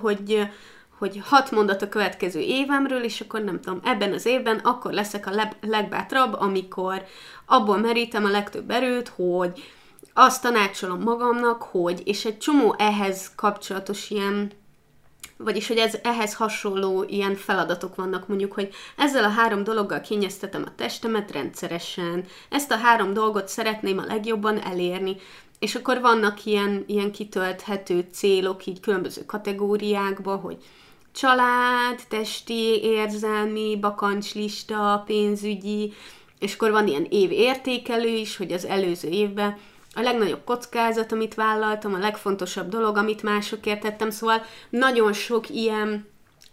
hogy 6 mondat a következő évemről, és akkor nem tudom, ebben az évben akkor leszek a legbátrabb, amikor abból merítem a legtöbb erőt, hogy azt tanácsolom magamnak, hogy, és egy csomó ehhez kapcsolatos ilyen, vagyis, hogy ehhez hasonló ilyen feladatok vannak, mondjuk, hogy ezzel a 3 dologgal kényeztetem a testemet rendszeresen, ezt a 3 dolgot szeretném a legjobban elérni, és akkor vannak ilyen kitölthető célok így különböző kategóriákba, hogy család, testi, érzelmi, bakancslista, pénzügyi, és akkor van ilyen évértékelő is, hogy az előző évben a legnagyobb kockázat, amit vállaltam, a legfontosabb dolog, amit másokért tettem, szóval nagyon sok ilyen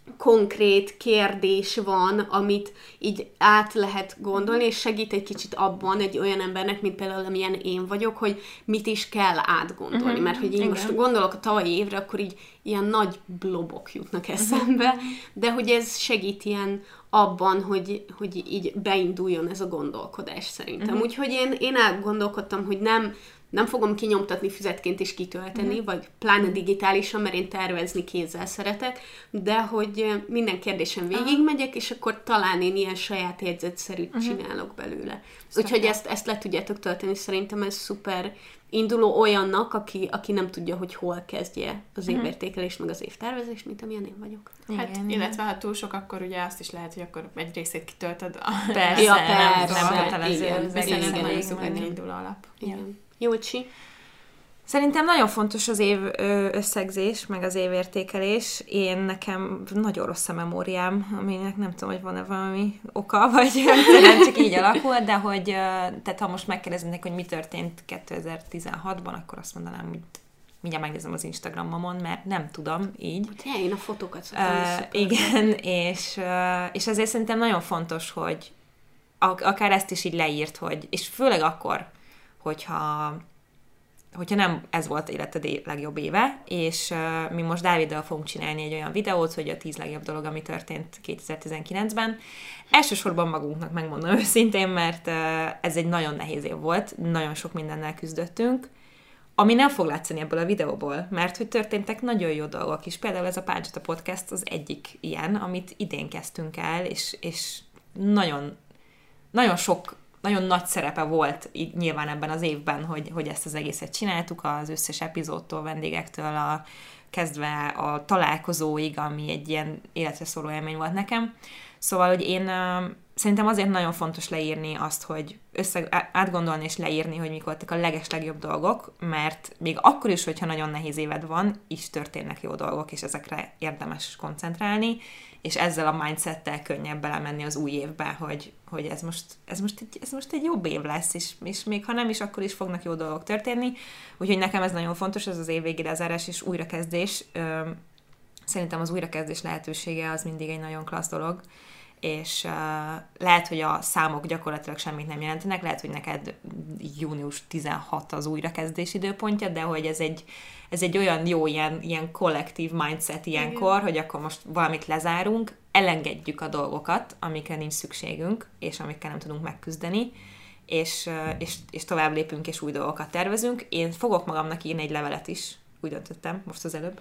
konkrét kérdés van, amit így át lehet gondolni, és segít egy kicsit abban egy olyan embernek, mint például amilyen én vagyok, hogy mit is kell átgondolni, mert hogy én most gondolok a tavalyi évre, akkor így ilyen nagy blobok jutnak eszembe, de hogy ez segít ilyen abban, hogy így beinduljon ez a gondolkodás szerintem. Úgyhogy én elgondolkodtam, hogy nem fogom kinyomtatni füzetként és kitölteni, vagy pláne digitálisan, mert én tervezni kézzel szeretek, de hogy minden kérdésen végigmegyek, és akkor talán én ilyen saját jegyzetszerűt csinálok belőle. Úgyhogy ezt le tudjátok tölteni, szerintem ez szuper induló olyannak, aki nem tudja, hogy hol kezdje az évértékelést, meg az évtervezést, mint amilyen én vagyok. Hát, igen, illetve ha túl sok, akkor ugye azt is lehet, hogy akkor egy részét kitöltöd. Persze, nem kötelező. Igen, szuper induló alap. Igen. Jócsi. Szerintem nagyon fontos az év összegzés, meg az évértékelés. Nekem nagyon rossz a memóriám, aminek nem tudom, hogy van-e valami oka, vagy nem csak így alakul, de hogy tehát ha most megkérdeznék, hogy mi történt 2016-ban, akkor azt mondanám, hogy mindjárt megnézem az Instagramomon, mert nem tudom így. Ja, én a fotókat szoktam igen, és ezért szerintem nagyon fontos, hogy akár ezt is így leírt, hogy, és főleg akkor, hogyha nem ez volt életed legjobb éve, és mi most Dáviddal fogunk csinálni egy olyan videót, hogy a 10 legjobb dolog, ami történt 2019-ben. Elsősorban magunknak, megmondom őszintén, mert ez egy nagyon nehéz év volt, nagyon sok mindennel küzdöttünk, ami nem fog látszani ebből a videóból, mert hogy történtek nagyon jó dolgok is. Például ez a Páncsata Podcast az egyik ilyen, amit idén kezdtünk el, és nagyon, nagyon sok, nagyon nagy szerepe volt nyilván ebben az évben, hogy ezt az egészet csináltuk, az összes epizódtól, vendégektől, kezdve a találkozóig, ami egy ilyen életre szóló élmény volt nekem. Szóval, hogy én szerintem azért nagyon fontos leírni azt, hogy átgondolni és leírni, hogy mik voltak a legeslegjobb dolgok, mert még akkor is, hogyha nagyon nehéz éved van, is történnek jó dolgok, és ezekre érdemes koncentrálni, és ezzel a mindsettel könnyebb belemenni az új évbe, hogy ez most egy jobb év lesz, és még ha nem is, akkor is fognak jó dolgok történni. Úgyhogy nekem ez nagyon fontos, ez az évvégi lezárás és újrakezdés. Szerintem az újrakezdés lehetősége az mindig egy nagyon klassz dolog, és lehet, hogy a számok gyakorlatilag semmit nem jelentenek, lehet, hogy neked június 16 az újrakezdés időpontja, de hogy ez egy olyan jó ilyen kollektív mindset ilyenkor, hogy akkor most valamit lezárunk, elengedjük a dolgokat, amikre nincs szükségünk, és amikkel nem tudunk megküzdeni, és tovább lépünk, és új dolgokat tervezünk. Én fogok magamnak írni egy levelet is, úgy döntöttem, most az előbb.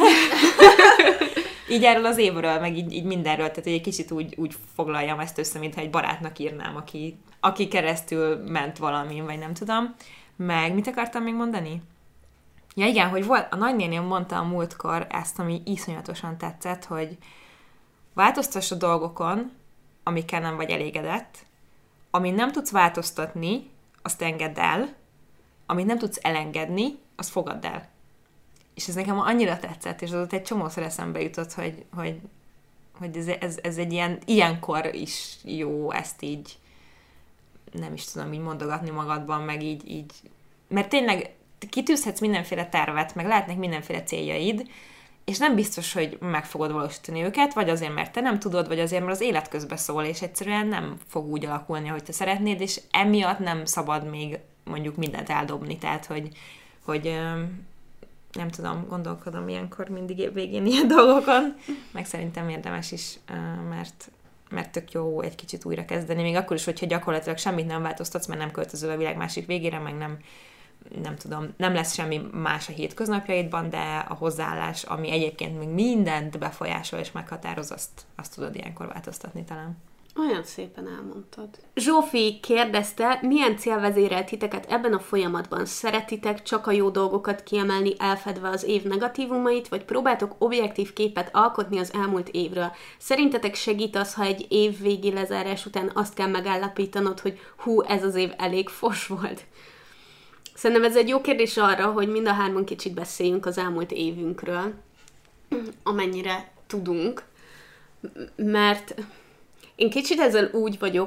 Így erről az évről, meg így mindenről, tehát egy kicsit úgy foglaljam ezt össze, mintha egy barátnak írnám, aki keresztül ment valamin, vagy nem tudom. Meg mit akartam még mondani? Ja igen, hogy volt, a nagynéném mondta a múltkor ezt, ami iszonyatosan tetszett, hogy változtass a dolgokon, amikkel nem vagy elégedett, amit nem tudsz változtatni, azt engedd el, amit nem tudsz elengedni, azt fogadd el. És ez nekem annyira tetszett, és azóta egy csomószor eszembe jutott, hogy ez egy ilyenkor is jó ezt így, nem is tudom, így mondogatni magadban, meg így, mert tényleg kitűzhetsz mindenféle tervet, meg lehetnek mindenféle céljaid, és nem biztos, hogy meg fogod valósítani őket, vagy azért, mert te nem tudod, vagy azért, mert az élet közben szól, és egyszerűen nem fog úgy alakulni, ahogy te szeretnéd, és emiatt nem szabad még mondjuk mindent eldobni, tehát, hogy nem tudom, gondolkodom ilyenkor mindig év végén ilyen dolgokon, meg szerintem érdemes is, mert tök jó egy kicsit újra kezdeni, még akkor is, hogyha gyakorlatilag semmit nem változtatsz, mert nem költözöl a világ másik végére, meg nem tudom, nem lesz semmi más a hétköznapjaidban, de a hozzáállás, ami egyébként még mindent befolyásol és meghatároz, azt tudod ilyenkor változtatni talán. Olyan szépen elmondtad. Zsófi kérdezte, milyen cél vezérelt titeket ebben a folyamatban? Szeretitek csak a jó dolgokat kiemelni, elfedve az év negatívumait, vagy próbáltok objektív képet alkotni az elmúlt évről? Szerintetek segít az, ha egy év végi lezárás után azt kell megállapítanod, hogy hú, ez az év elég fos volt? Szerintem ez egy jó kérdés arra, hogy mind a hárman kicsit beszéljünk az elmúlt évünkről, amennyire tudunk, mert én kicsit ezzel úgy vagyok,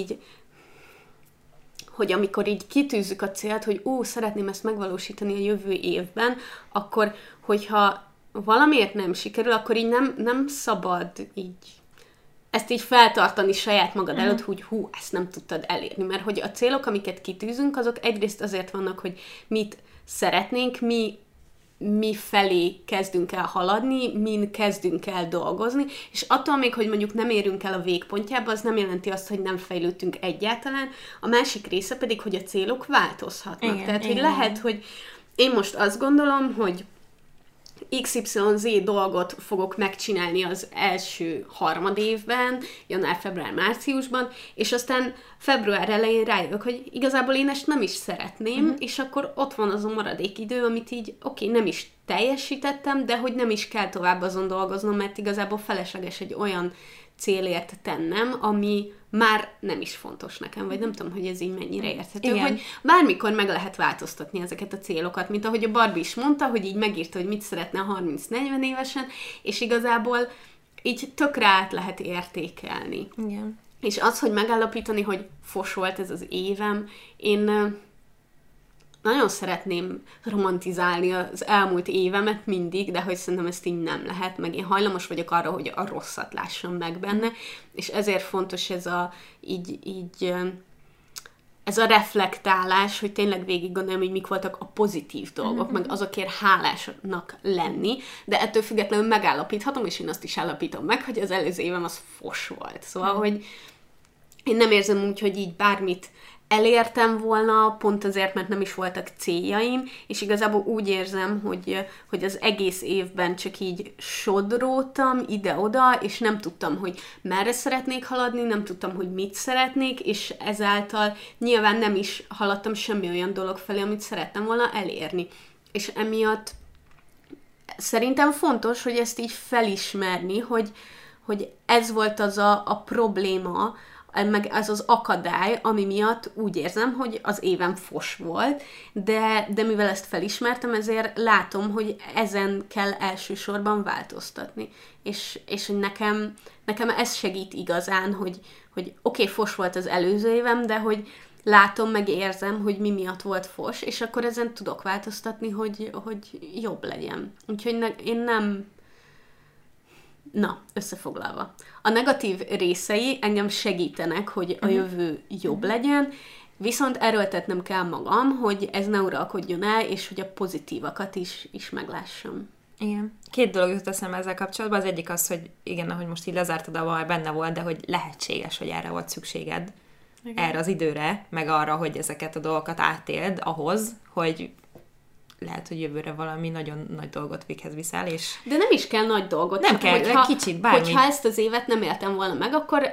hogy amikor így kitűzzük a célt, hogy szeretném ezt megvalósítani a jövő évben, akkor, hogyha valamiért nem sikerül, akkor így nem szabad ezt így feltartani saját magad előtt, hogy ezt nem tudtad elérni. Mert hogy a célok, amiket kitűzünk, azok egyrészt azért vannak, hogy mit szeretnénk, mi felé kezdünk el haladni, min kezdünk el dolgozni, és attól még, hogy mondjuk nem érünk el a végpontjába, az nem jelenti azt, hogy nem fejlődtünk egyáltalán. A másik része pedig, hogy a célok változhatnak. Igen, tehát, igen. hogy lehet, hogy én most azt gondolom, hogy XYZ dolgot fogok megcsinálni az első harmadévben, január, február, márciusban, és aztán február elején rájövök, hogy igazából én ezt nem is szeretném, és akkor ott van az a maradék idő, amit így nem is teljesítettem, de hogy nem is kell tovább azon dolgoznom, mert igazából felesleges egy olyan célért tennem, ami már nem is fontos nekem, vagy nem tudom, hogy ez így mennyire érthető, Igen. hogy bármikor meg lehet változtatni ezeket a célokat, mint ahogy a Barbie is mondta, hogy így megírta, hogy mit szeretne 30-40 évesen, és igazából így tökre át lehet értékelni. Igen. És az, hogy megállapítani, hogy fos volt ez az évem, én nagyon szeretném romantizálni az elmúlt évemet mindig, de hogy szerintem ezt így nem lehet, meg én hajlamos vagyok arra, hogy a rosszat lássam meg benne, és ezért fontos ez ez a reflektálás, hogy tényleg végig gondolom, hogy mik voltak a pozitív dolgok, meg azokért hálásnak lenni, de ettől függetlenül megállapíthatom, és én azt is állapítom meg, hogy az előző évem az fos volt. Szóval, hogy én nem érzem úgy, hogy így bármit elértem volna, pont azért, mert nem is voltak céljaim, és igazából úgy érzem, hogy az egész évben csak így sodródtam ide-oda, és nem tudtam, hogy merre szeretnék haladni, nem tudtam, hogy mit szeretnék, és ezáltal nyilván nem is haladtam semmi olyan dolog felé, amit szerettem volna elérni. És emiatt szerintem fontos, hogy ezt így felismerni, hogy ez volt az a probléma, meg ez az akadály, ami miatt úgy érzem, hogy az évem fos volt, de mivel ezt felismertem, ezért látom, hogy ezen kell elsősorban változtatni. És hogy nekem ez segít igazán, hogy oké, fos volt az előző évem, de hogy látom, meg érzem, hogy mi miatt volt fos, és akkor ezen tudok változtatni, hogy jobb legyen. Úgyhogy én nem... Na, összefoglalva. A negatív részei engem segítenek, hogy a jövő jobb legyen, viszont erőltetnem kell magam, hogy ez ne uralkodjon el, és hogy a pozitívakat is meglássam. Igen. 2 dolog jutott eszembe ezzel kapcsolatban. Az egyik az, hogy igen, ahogy most így lezártad, abban már benne volt, de hogy lehetséges, hogy erre volt szükséged. Igen. Erre az időre, meg arra, hogy ezeket a dolgokat átéld ahhoz, hogy lehet, hogy jövőre valami nagyon nagy dolgot véghez viszel, és... De nem is kell nagy dolgot. Nem kell, kicsit, bármi. Hogyha ezt az évet nem éltem volna meg, akkor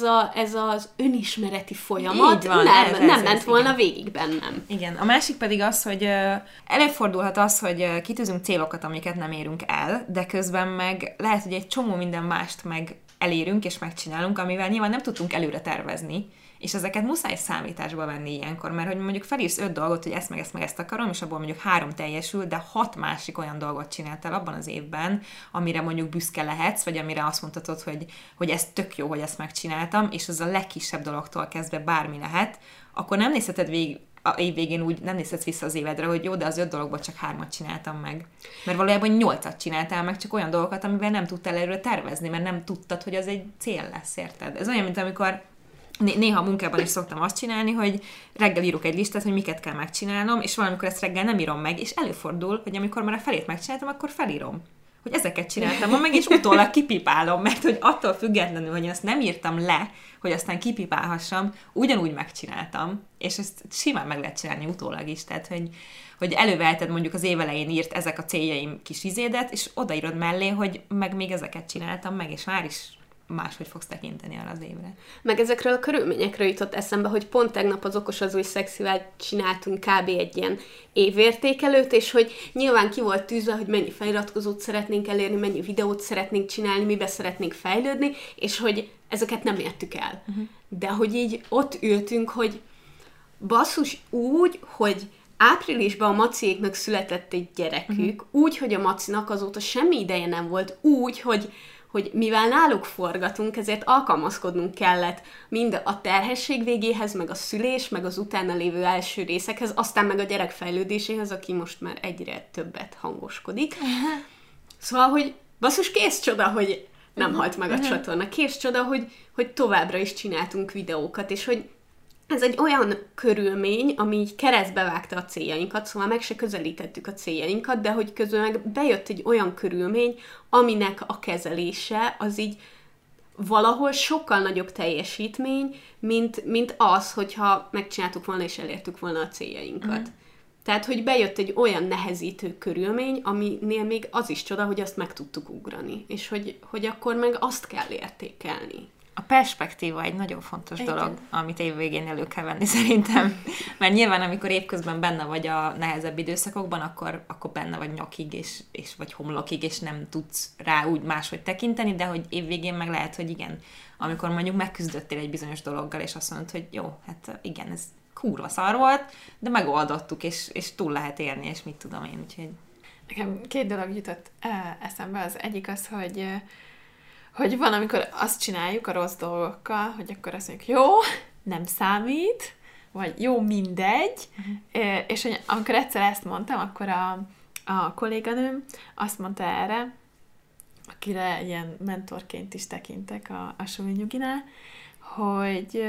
ez az önismereti folyamat van, nem ment volna végig bennem. Igen. A másik pedig az, hogy előfordulhat az, hogy kitűzünk célokat, amiket nem érünk el, de közben meg lehet, hogy egy csomó minden mást meg elérünk és megcsinálunk, amivel nyilván nem tudtunk előre tervezni, és ezeket muszáj számításba venni ilyenkor, mert hogy mondjuk felírsz 5 dolgot, hogy ezt meg ezt akarom, és abból mondjuk 3 teljesül, de 6 másik olyan dolgot csináltál abban az évben, amire mondjuk büszke lehetsz, vagy amire azt mondhatod, hogy ez tök jó, hogy ezt megcsináltam, és az a legkisebb dologtól kezdve bármi lehet, akkor nem nézheted végig a év végén úgy nem nézhetsz vissza az évedre, hogy jó, de az 5 dologból csak 3-at csináltam meg. Mert valójában 8-at csináltál meg, csak olyan dolgokat, amivel nem tudtál előre tervezni, mert nem tudtad, hogy az egy cél lesz, érted? Ez olyan, mint amikor néha a munkában is szoktam azt csinálni, hogy reggel írok egy listát, hogy miket kell megcsinálnom, és valamikor ezt reggel nem írom meg, és előfordul, hogy amikor már a felét megcsináltam, akkor felírom. Hogy ezeket csináltam meg, és utólag kipipálom, mert hogy attól függetlenül, hogy azt nem írtam le, hogy aztán kipipálhassam, ugyanúgy megcsináltam, és ezt simán meg lehet csinálni utólag is, tehát hogy előveheted mondjuk az év elején írt ezek a céljaim kis izédet, és odaírod mellé, hogy meg még ezeket csináltam meg, és már is máshogy fogsz tekinteni arra az évre. Meg ezekről a körülményekről jutott eszembe, hogy pont tegnap az Okos az új szexivel csináltunk kb. Egy ilyen évértékelőt, és hogy nyilván ki volt tűzve, hogy mennyi feliratkozót szeretnénk elérni, mennyi videót szeretnénk csinálni, mibe szeretnénk fejlődni, és hogy ezeket nem értük el. De hogy így ott ültünk, hogy basszus úgy, hogy áprilisban a Maciéknak született egy gyerekük, úgy, hogy a Macinak azóta semmi ideje nem volt, úgy, hogy mivel náluk forgatunk, ezért alkalmazkodnunk kellett mind a terhesség végéhez, meg a szülés, meg az utána lévő első részekhez, aztán meg a gyerek fejlődéséhez, aki most már egyre többet hangoskodik. Szóval, hogy basszus, kész csoda, hogy nem halt meg a csatorna. Kész csoda, hogy továbbra is csináltunk videókat, és hogy ez egy olyan körülmény, ami így keresztbe vágta a céljainkat, szóval meg se közelítettük a céljainkat, de hogy közben meg bejött egy olyan körülmény, aminek a kezelése az így valahol sokkal nagyobb teljesítmény, mint az, hogyha megcsináltuk volna és elértük volna a céljainkat. Tehát, hogy bejött egy olyan nehezítő körülmény, aminél még az is csoda, hogy azt meg tudtuk ugrani, és hogy akkor meg azt kell értékelni. A perspektíva egy nagyon fontos dolog, amit évvégén elő kell venni szerintem. Mert nyilván, amikor évközben benne vagy a nehezebb időszakokban, akkor benne vagy nyakig, és vagy homlokig, és nem tudsz rá úgy máshogy tekinteni, de hogy évvégén meg lehet, hogy igen, amikor mondjuk megküzdöttél egy bizonyos dologgal, és azt mondod, hogy jó, hát igen, ez kurva szar volt, de megoldottuk, és túl lehet élni, és mit tudom én, úgyhogy... Nekem 2 dolog jutott eszembe. Az egyik az, hogy van, amikor azt csináljuk a rossz dolgokkal, hogy akkor azt mondjuk, jó, nem számít, vagy jó mindegy, és hogy amikor egyszer ezt mondtam, akkor a kolléganőm azt mondta erre, akire ilyen mentorként is tekintek a súlynyuginál, hogy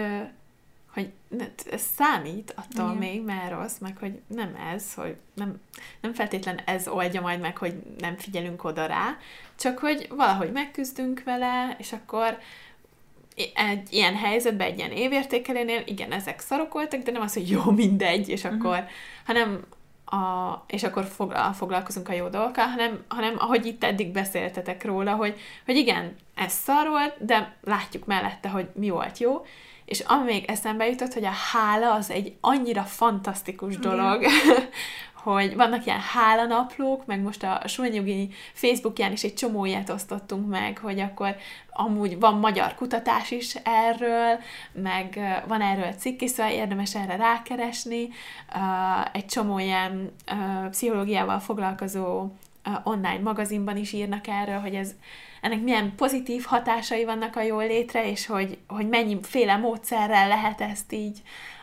ez számít attól igen. még, mert rossz, meg hogy nem ez, hogy nem feltétlen ez oldja majd meg, hogy nem figyelünk oda rá, csak hogy valahogy megküzdünk vele, és akkor egy ilyen helyzetben, egy ilyen évértékelénél, igen, ezek szarok voltak, de nem az, hogy jó, mindegy, és akkor, hanem és akkor foglalkozunk a jó dolgokkal, hanem ahogy itt eddig beszéltetek róla, hogy igen, ez szar volt, de látjuk mellette, hogy mi volt jó, és ami még eszembe jutott, hogy a hála az egy annyira fantasztikus dolog, hogy vannak ilyen hálanaplók, meg most a Súlynyugi Facebookján is egy csomó ilyet osztottunk meg, hogy akkor amúgy van magyar kutatás is erről, meg van erről cikk is, szóval érdemes erre rákeresni. Egy csomó ilyen pszichológiával foglalkozó online magazinban is írnak erről, hogy ennek milyen pozitív hatásai vannak a jól létre, és hogy mennyiféle módszerrel lehet ezt így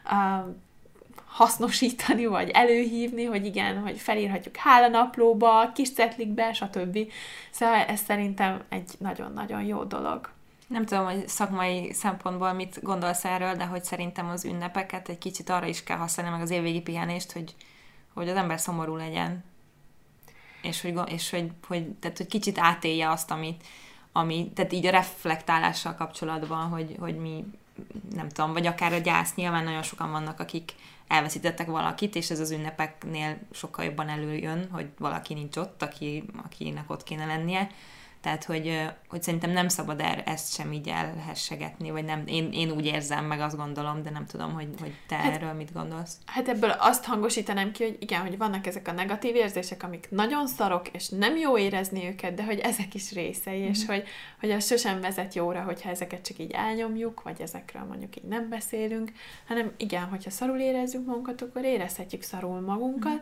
hasznosítani, vagy előhívni, hogy igen, hogy felírhatjuk hálanaplóba, kis cetlikbe, stb. Szóval ez szerintem egy nagyon-nagyon jó dolog. Nem tudom, hogy szakmai szempontból mit gondolsz erről, de hogy szerintem az ünnepeket egy kicsit arra is kell használni, meg az évvégi pihenést, hogy az ember szomorú legyen. És hogy kicsit átélje azt, ami tehát így a reflektálással kapcsolatban, hogy mi, nem tudom, vagy akár a gyász, nyilván nagyon sokan vannak, akik elveszítettek valakit, és ez az ünnepeknél sokkal jobban előjön, hogy valaki nincs ott, akinek ott kéne lennie. Tehát, hogy szerintem nem szabad ezt sem így elhessegetni, vagy nem, én úgy érzem, meg azt gondolom, de nem tudom, hogy te erről mit gondolsz. Hát ebből azt hangosítanám ki, hogy igen, hogy vannak ezek a negatív érzések, amik nagyon szarok, és nem jó érezni őket, de hogy ezek is részei, és hogy az sosem vezet jóra, hogyha ezeket csak így elnyomjuk, vagy ezekről mondjuk így nem beszélünk, hanem igen, hogyha szarul érezzük magunkat, akkor érezhetjük szarul magunkat,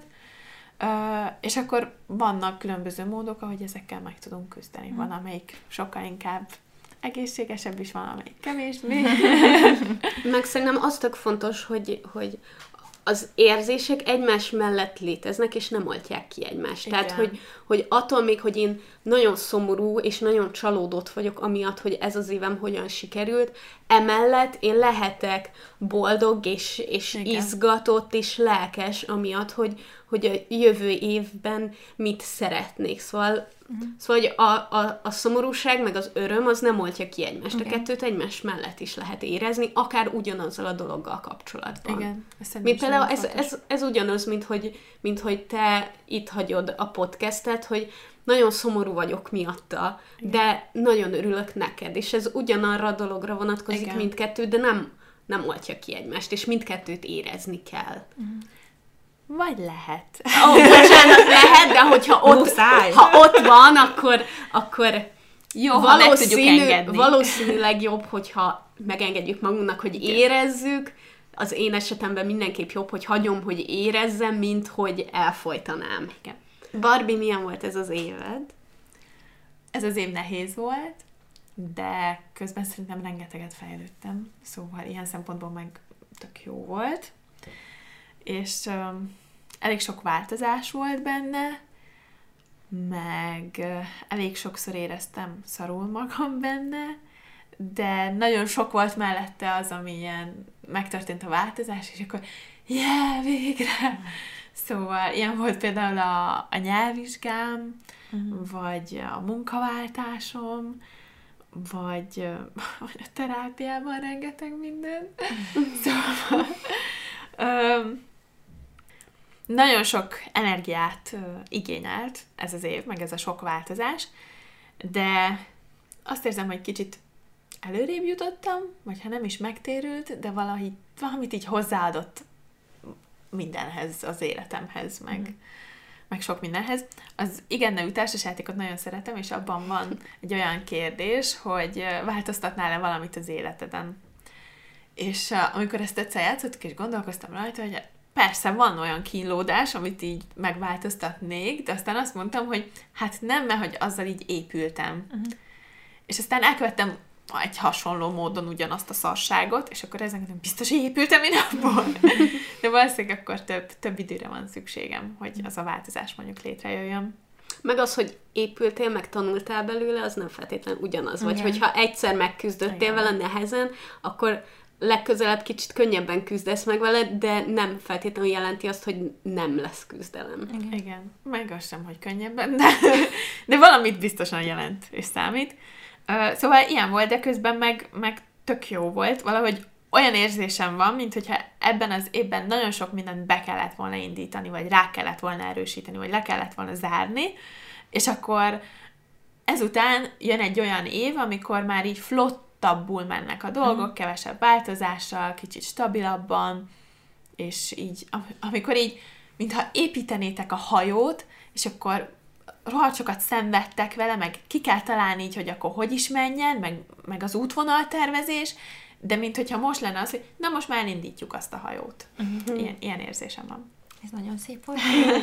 és akkor vannak különböző módok, ahogy ezekkel meg tudunk küzdeni. Van, amelyik sokkal inkább egészségesebb is, van, amelyik kevésbé. Meg szerintem az tök fontos, hogy az érzések egymás mellett léteznek, és nem oltják ki egymást. Igen. Tehát, hogy attól még, hogy én nagyon szomorú, és nagyon csalódott vagyok amiatt, hogy ez az évem hogyan sikerült, emellett én lehetek boldog, és izgatott, és lelkes amiatt, hogy a jövő évben mit szeretnék. Szóval hogy a szomorúság, meg az öröm, az nem oltja ki egymást. Igen. A kettőt egymás mellett is lehet érezni, akár ugyanazzal a dologgal kapcsolatban. Igen. Mint például ez ugyanaz, mint hogy te itt hagyod a podcastet, hogy nagyon szomorú vagyok miatta, de nagyon örülök neked, és ez ugyanarra a dologra vonatkozik mindkettő, de nem oltja ki egymást, és mindkettőt érezni kell. Vagy lehet. Bocsánat, lehet, de hogyha ha ott van, akkor jó, ha meg tudjuk engedni. Valószínűleg jobb, hogyha megengedjük magunknak, hogy érezzük. Az én esetemben mindenképp jobb, hogy hagyom, hogy érezzem, mint hogy elfojtanám. Igen. Barbie, milyen volt ez az éved? Ez az év nehéz volt, de közben szerintem rengeteget fejlődtem, szóval ilyen szempontból meg tök jó volt. És elég sok változás volt benne, meg elég sokszor éreztem szarul magam benne, de nagyon sok volt mellette az, ami ilyen megtörtént a változás, és akkor végre! Szóval ilyen volt például a nyelvvizsgám, vagy a munkaváltásom, vagy a terápiában rengeteg minden. Szóval nagyon sok energiát igényelt ez az év, meg ez a sok változás, de azt érzem, hogy kicsit előrébb jutottam, vagy ha nem is megtérült, de valamit így hozzáadott mindenhez, az életemhez, meg sok mindenhez. Az igen nevű társasjátékot nagyon szeretem, és abban van egy olyan kérdés, hogy változtatnál-e valamit az életeden. És amikor ezt egyszer játszottuk, és gondolkoztam rajta, hogy persze van olyan kínlódás, amit így megváltoztatnék, de aztán azt mondtam, hogy hát nem, mert hogy azzal így épültem. És aztán elkövettem egy hasonló módon ugyanazt a szarságot, és akkor ezen biztos, hogy épültem én abból. De valószínűleg akkor több időre van szükségem, hogy az a változás mondjuk létrejöjjön. Meg az, hogy épültél, meg tanultál belőle, az nem feltétlenül ugyanaz. Vagy Igen. hogyha egyszer megküzdöttél vele nehezen, akkor legközelebb kicsit könnyebben küzdesz meg vele, de nem feltétlenül jelenti azt, hogy nem lesz küzdelem. Igen. Meg az sem, hogy könnyebben, de valamit biztosan jelent és számít. Szóval ilyen volt, de közben meg tök jó volt. Valahogy olyan érzésem van, mint hogyha ebben az évben nagyon sok mindent be kellett volna indítani, vagy rá kellett volna erősíteni, vagy le kellett volna zárni, és akkor ezután jön egy olyan év, amikor már így flottabbul mennek a dolgok, kevesebb változással, kicsit stabilabban, és így, amikor így, mintha építenétek a hajót, és akkor rohadt sokat szenvedtek vele, meg ki kell találni így, hogy akkor hogy is menjen, meg az útvonaltervezés, de mint hogyha most lenne az, hogy na most már elindítjuk azt a hajót. Ilyen érzésem van. Ez nagyon szép volt.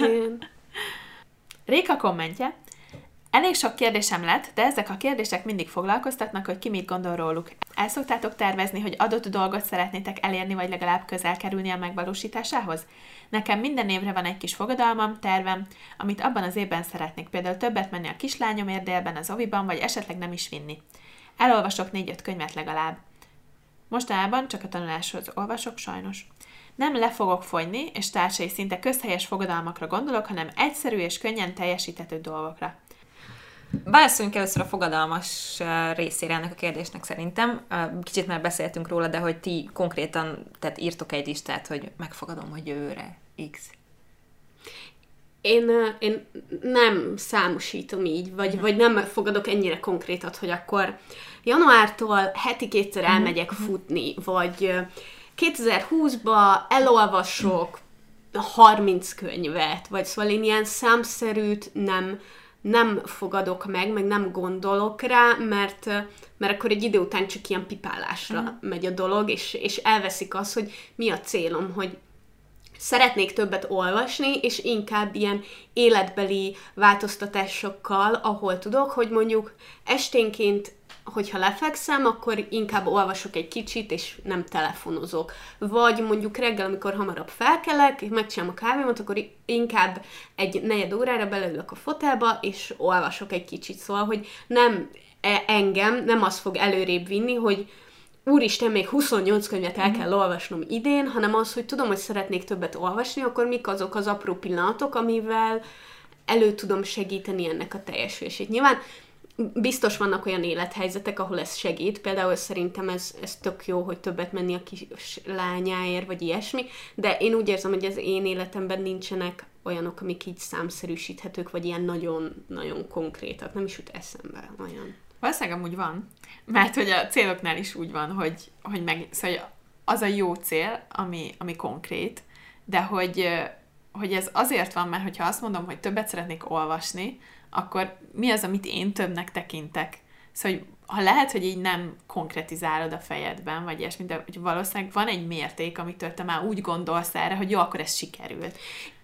Réka kommentje. Elég sok kérdésem lett, de ezek a kérdések mindig foglalkoztatnak, hogy ki mit gondol róluk. El szoktátok tervezni, hogy adott dolgot szeretnétek elérni, vagy legalább közel kerülni a megvalósításához? Nekem minden évre van egy kis fogadalmam, tervem, amit abban az évben szeretnék. Például többet menni a kislányomért délben az oviban, vagy esetleg nem is vinni. Elolvasok 4-5 könyvet legalább. Mostanában csak a tanuláshoz olvasok, sajnos. Nem le fogok fogyni, és társai szinte közhelyes fogadalmakra gondolok, hanem egyszerű és könnyen teljesíthető dolgokra. Válaszoljunk először a fogadalmas részére ennek a kérdésnek szerintem. Kicsit már beszéltünk róla, de hogy ti konkrétan írtok egy listát, hogy megfogadom, hogy jövőre X. Én nem számosítom így, vagy nem fogadok ennyire konkrétat, hogy akkor januártól heti 2-szer elmegyek futni, vagy 2020-ba elolvasok 30 könyvet, vagy szóval én ilyen számszerűt nem fogadok meg nem gondolok rá, mert akkor egy idő után csak ilyen pipálásra megy a dolog, és elveszik az, hogy mi a célom, hogy szeretnék többet olvasni, és inkább ilyen életbeli változtatásokkal, ahol tudok, hogy mondjuk esténként, hogyha lefekszem, akkor inkább olvasok egy kicsit, és nem telefonozok. Vagy mondjuk reggel, amikor hamarabb felkelek, megcsinálom a kávémat, akkor inkább egy 4 órára beleülök a fotelba, és olvasok egy kicsit. Szóval, hogy nem az fog előrébb vinni, hogy úristen, még 28 könyvet el kell olvasnom idén, hanem az, hogy tudom, hogy szeretnék többet olvasni, akkor mik azok az apró pillanatok, amivel elő tudom segíteni ennek a teljesülését. Nyilván biztos vannak olyan élethelyzetek, ahol ez segít, például szerintem ez tök jó, hogy többet menni a kis lányáért, vagy ilyesmi, de én úgy érzem, hogy az én életemben nincsenek olyanok, amik így számszerűsíthetők, vagy ilyen nagyon-nagyon konkrétak. Nem is jut eszembe olyan. Valószínűleg amúgy van, mert hogy a céloknál is úgy van, szóval az a jó cél, ami konkrét, de hogy ez azért van, mert hogyha azt mondom, hogy többet szeretnék olvasni, akkor mi az, amit én többnek tekintek? Szóval, ha lehet, hogy így nem konkretizálod a fejedben, vagy ilyesmi, de valószínűleg van egy mérték, amitől te már úgy gondolsz erre, hogy jó, akkor ez sikerült.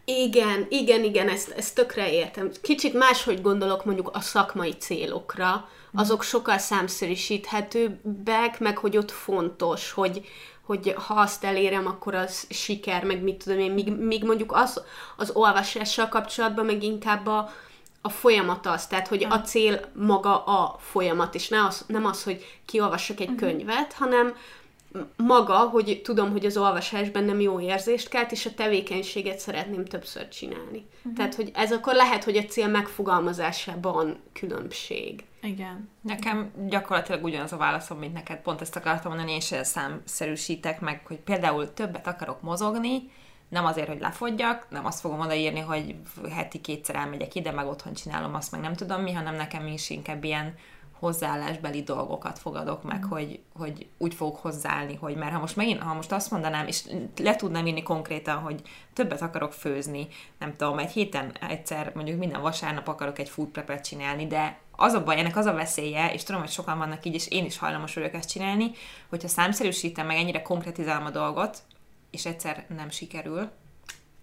Igen, ezt tökre értem. Kicsit máshogy gondolok mondjuk a szakmai célokra, azok sokkal számszerűsíthetőbbek, meg hogy ott fontos, hogy ha azt elérem, akkor az siker, meg mit tudom én, míg mondjuk az olvasással kapcsolatban meg inkább a folyamat az, tehát hogy a cél maga a folyamat, és nem az, hogy kiolvassak egy könyvet, hanem maga, hogy tudom, hogy az olvasás bennem jó érzést kelt, és a tevékenységet szeretném többször csinálni. Tehát, hogy ez akkor lehet, hogy a cél megfogalmazásában különbség. Igen. Nekem gyakorlatilag ugyanaz a válaszom, mint neked. Pont ezt akartam mondani, és számszerűsítek meg, hogy például többet akarok mozogni, nem azért, hogy lefogyjak, nem azt fogom odaírni, hogy heti 2-szer elmegyek ide, meg otthon csinálom azt, meg nem tudom mi, hanem nekem is inkább ilyen hozzáállásbeli dolgokat fogadok meg, hogy úgy fogok hozzáállni, hogy mert ha most azt mondanám, és le tudnám írni konkrétan, hogy többet akarok főzni, nem tudom, egy héten egyszer, mondjuk minden vasárnap akarok egy food prepet csinálni, de az a baj, ennek az a veszélye, és tudom, hogy sokan vannak így, és én is hajlamos vagyok ezt csinálni, hogyha számszerűsítem meg, ennyire konkretizálom a dolgot, és egyszer nem sikerül,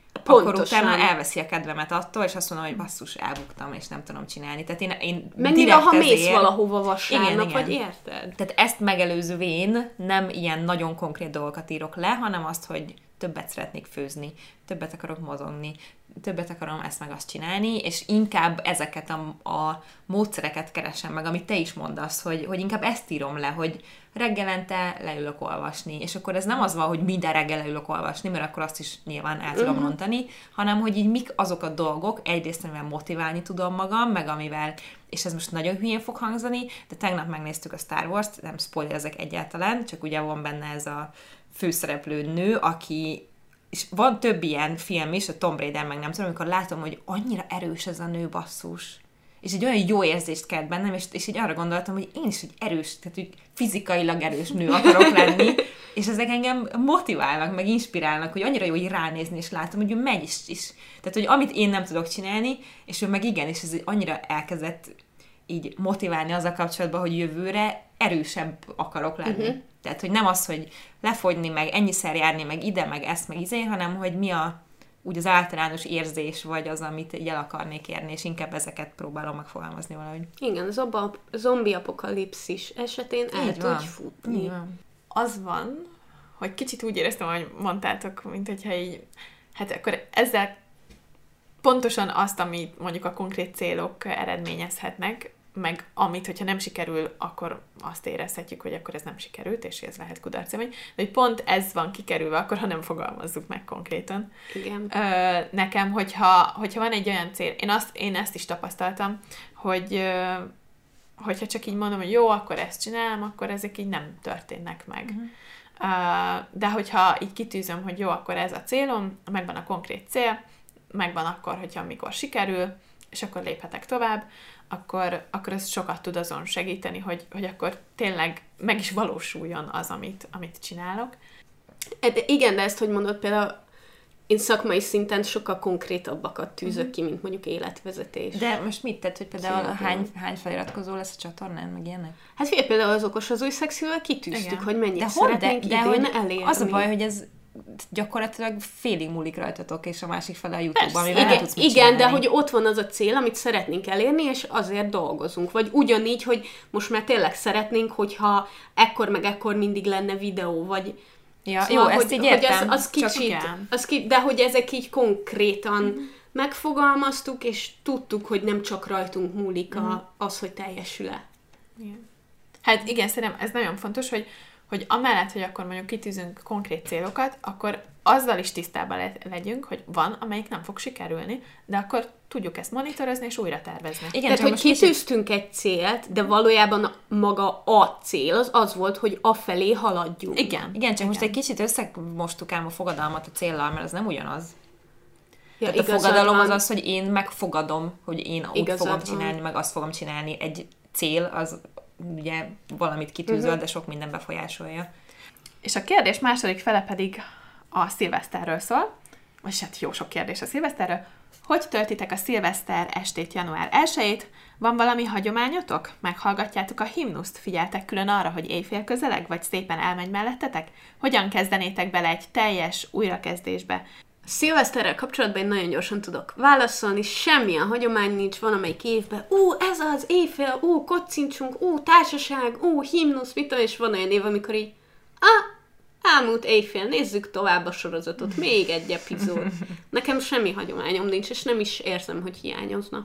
akkor utána elveszi a kedvemet attól, és azt mondom, hogy basszus, elbuktam, és nem tudom csinálni. Tehát én mennyire, ha mész valahova vasárnap, vagy érted? Tehát ezt megelőzően nem ilyen nagyon konkrét dolgokat írok le, hanem azt, hogy többet szeretnék főzni, többet akarok mozogni, többet akarom ezt meg azt csinálni, és inkább ezeket a módszereket keresem meg, amit te is mondasz, hogy inkább ezt írom le, hogy reggelente leülök olvasni, és akkor ez nem az van, hogy minden reggel leülök olvasni, mert akkor azt is nyilván el tudom rontani, hanem hogy így mik azok a dolgok, egyrészt amivel motiválni tudom magam, meg amivel, és ez most nagyon hülyén fog hangzani, de tegnap megnéztük a Star Wars-t, nem spoilerezek egyáltalán, csak ugye van benne ez a főszereplő nő, aki, és van több ilyen film is, a Tomb Raider meg nem tudom, amikor látom, hogy annyira erős ez a nő, basszus. És egy olyan jó érzést kelt bennem, és így arra gondoltam, hogy én is egy erős, tehát hogy fizikailag erős nő akarok lenni, és ezek engem motiválnak, meg inspirálnak, hogy annyira jó így ránézni, és látom, hogy ő megy is. Tehát, hogy amit én nem tudok csinálni, és ő meg igen, és ez annyira elkezdett így motiválni azzal kapcsolatban, hogy jövőre erősebb akarok lenni. Tehát, hogy nem az, hogy lefogyni, meg ennyiszer járni, meg ide, meg ezt, meg izé, hanem, hogy mi úgy az általános érzés, vagy az, amit így el akarnék érni, és inkább ezeket próbálom megfogalmazni valahogy. Igen, zombi apokalipszis esetén el tudj futni. Az van, hogy kicsit úgy éreztem, hogy mondtátok, mint hogyha így, hát akkor ezzel pontosan azt, amit mondjuk a konkrét célok eredményezhetnek, meg amit, hogyha nem sikerül, akkor azt érezhetjük, hogy akkor ez nem sikerült, és ez lehet kudarcélmény. De hogy pont ez van kikerülve, akkor ha nem fogalmazzuk meg konkrétan. Igen. Nekem, hogyha van egy olyan cél, én ezt is tapasztaltam, hogyha csak így mondom, hogy jó, akkor ezt csinálom, akkor ezek így nem történnek meg. De hogyha így kitűzöm, hogy jó, akkor ez a célom, megvan a konkrét cél, megvan akkor, hogyha amikor sikerül, és akkor léphetek tovább, akkor ez sokat tud azon segíteni, hogy akkor tényleg meg is valósuljon az, amit csinálok. De igen, de ezt, hogy mondod, például én szakmai szinten sokkal konkrétabbakat tűzök ki, mint mondjuk életvezetés. De most mit tett, hogy például hány feliratkozó lesz a csatornán, meg ilyenek? Hát figyelj, például az Okos az új szexivel kitűztük, hogy mennyit szeretnénk idén elérni. Az a baj, hogy ez gyakorlatilag félig múlik rajtatok, és a másik fele a YouTube-ban, amivel igen, nem tudsz mit igen, de hogy ott van az a cél, amit szeretnénk elérni, és azért dolgozunk. Vagy ugyanígy, hogy most már tényleg szeretnénk, hogyha ekkor meg ekkor mindig lenne videó, vagy ja, szóval, jó, ezt így értem. Az kicsit, de hogy ezek így konkrétan megfogalmaztuk, és tudtuk, hogy nem csak rajtunk múlik az, hogy teljesül-e. Igen. Hát igen, szerintem ez nagyon fontos, hogy amellett, hogy akkor mondjuk kitűzünk konkrét célokat, akkor azzal is tisztában legyünk, hogy van, amelyik nem fog sikerülni, de akkor tudjuk ezt monitorozni és újra tervezni. Igen, tehát, hogy kitűztünk egy célt, de valójában maga a cél az volt, hogy afelé haladjunk. Igen, csak most egy kicsit összemostuk ám a fogadalmat a céllal, mert az nem ugyanaz. Ja, tehát a fogadalom az, hogy én megfogadom, hogy én úgy fogom csinálni, meg azt fogom csinálni. Egy cél az ugye valamit kitűzöl, de sok minden befolyásolja. És a kérdés második fele pedig a szilveszterről szól, és hát jó sok kérdés a szilveszterről. Hogy töltitek a szilveszter estét január 1-ét? Van valami hagyományotok? Meghallgatjátok a himnuszt? Figyeltek külön arra, hogy éjfél közeleg, vagy szépen elmegy mellettetek? Hogyan kezdenétek bele egy teljes újrakezdésbe? Szilveszterrel kapcsolatban én nagyon gyorsan tudok válaszolni, semmilyen hagyomány nincs, van amelyik évben, ez az éjfél, kocincsunk, társaság, himnusz, mit tudom, és van olyan év, amikor így, elmúlt éjfél, nézzük tovább a sorozatot, még egy epizód. Nekem semmi hagyományom nincs, és nem is érzem, hogy hiányozna.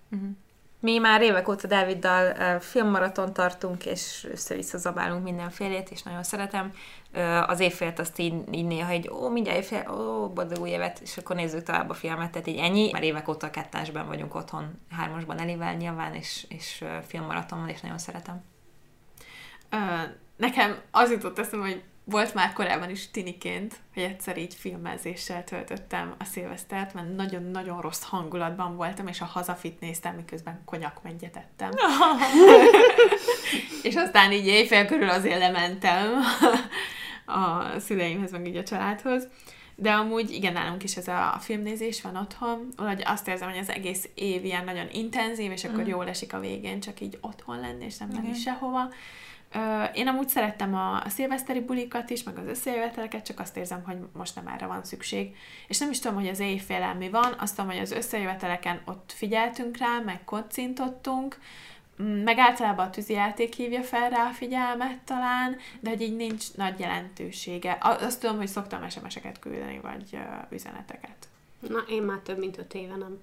Mi már évek óta Dáviddal filmmaraton tartunk, és össze-vissza zabálunk mindenfélét, és nagyon szeretem. Az évfélt azt így néha, hogy mindjárt évfél, boldog új évet, és akkor nézzük tovább a filmet, tehát így ennyi. Már évek óta kettásban vagyunk otthon, 3-asban Elivel nyilván, és filmmaratonban, és nagyon szeretem. Nekem az jutott eszembe, hogy volt már korábban is tiniként, hogy egyszer így filmezéssel töltöttem a szilvesztert, mert nagyon-nagyon rossz hangulatban voltam, és a Hazafit néztem, miközben konyakmegyet ettem. És aztán így éjfél körül azért lementem a szüleimhez, meg így a családhoz. De amúgy igen, nálunk is ez a filmnézés van otthon, hogy azt érzem, hogy az egész év ilyen nagyon intenzív, és akkor jól esik a végén csak így otthon lenni, és nem menni sehova. Én amúgy szerettem a szilveszteri bulikat is, meg az összejöveteleket, csak azt érzem, hogy most nem erre van szükség. És nem is tudom, hogy az éjfélen mi van, azt tudom, hogy az összejöveteleken ott figyeltünk rá, meg kocintottunk, meg általában a tűzijáték hívja fel rá a figyelmet talán, de hogy így nincs nagy jelentősége. Azt tudom, hogy szoktam SMS-eket küldeni, vagy üzeneteket. Na, én már több mint 5 éve nem.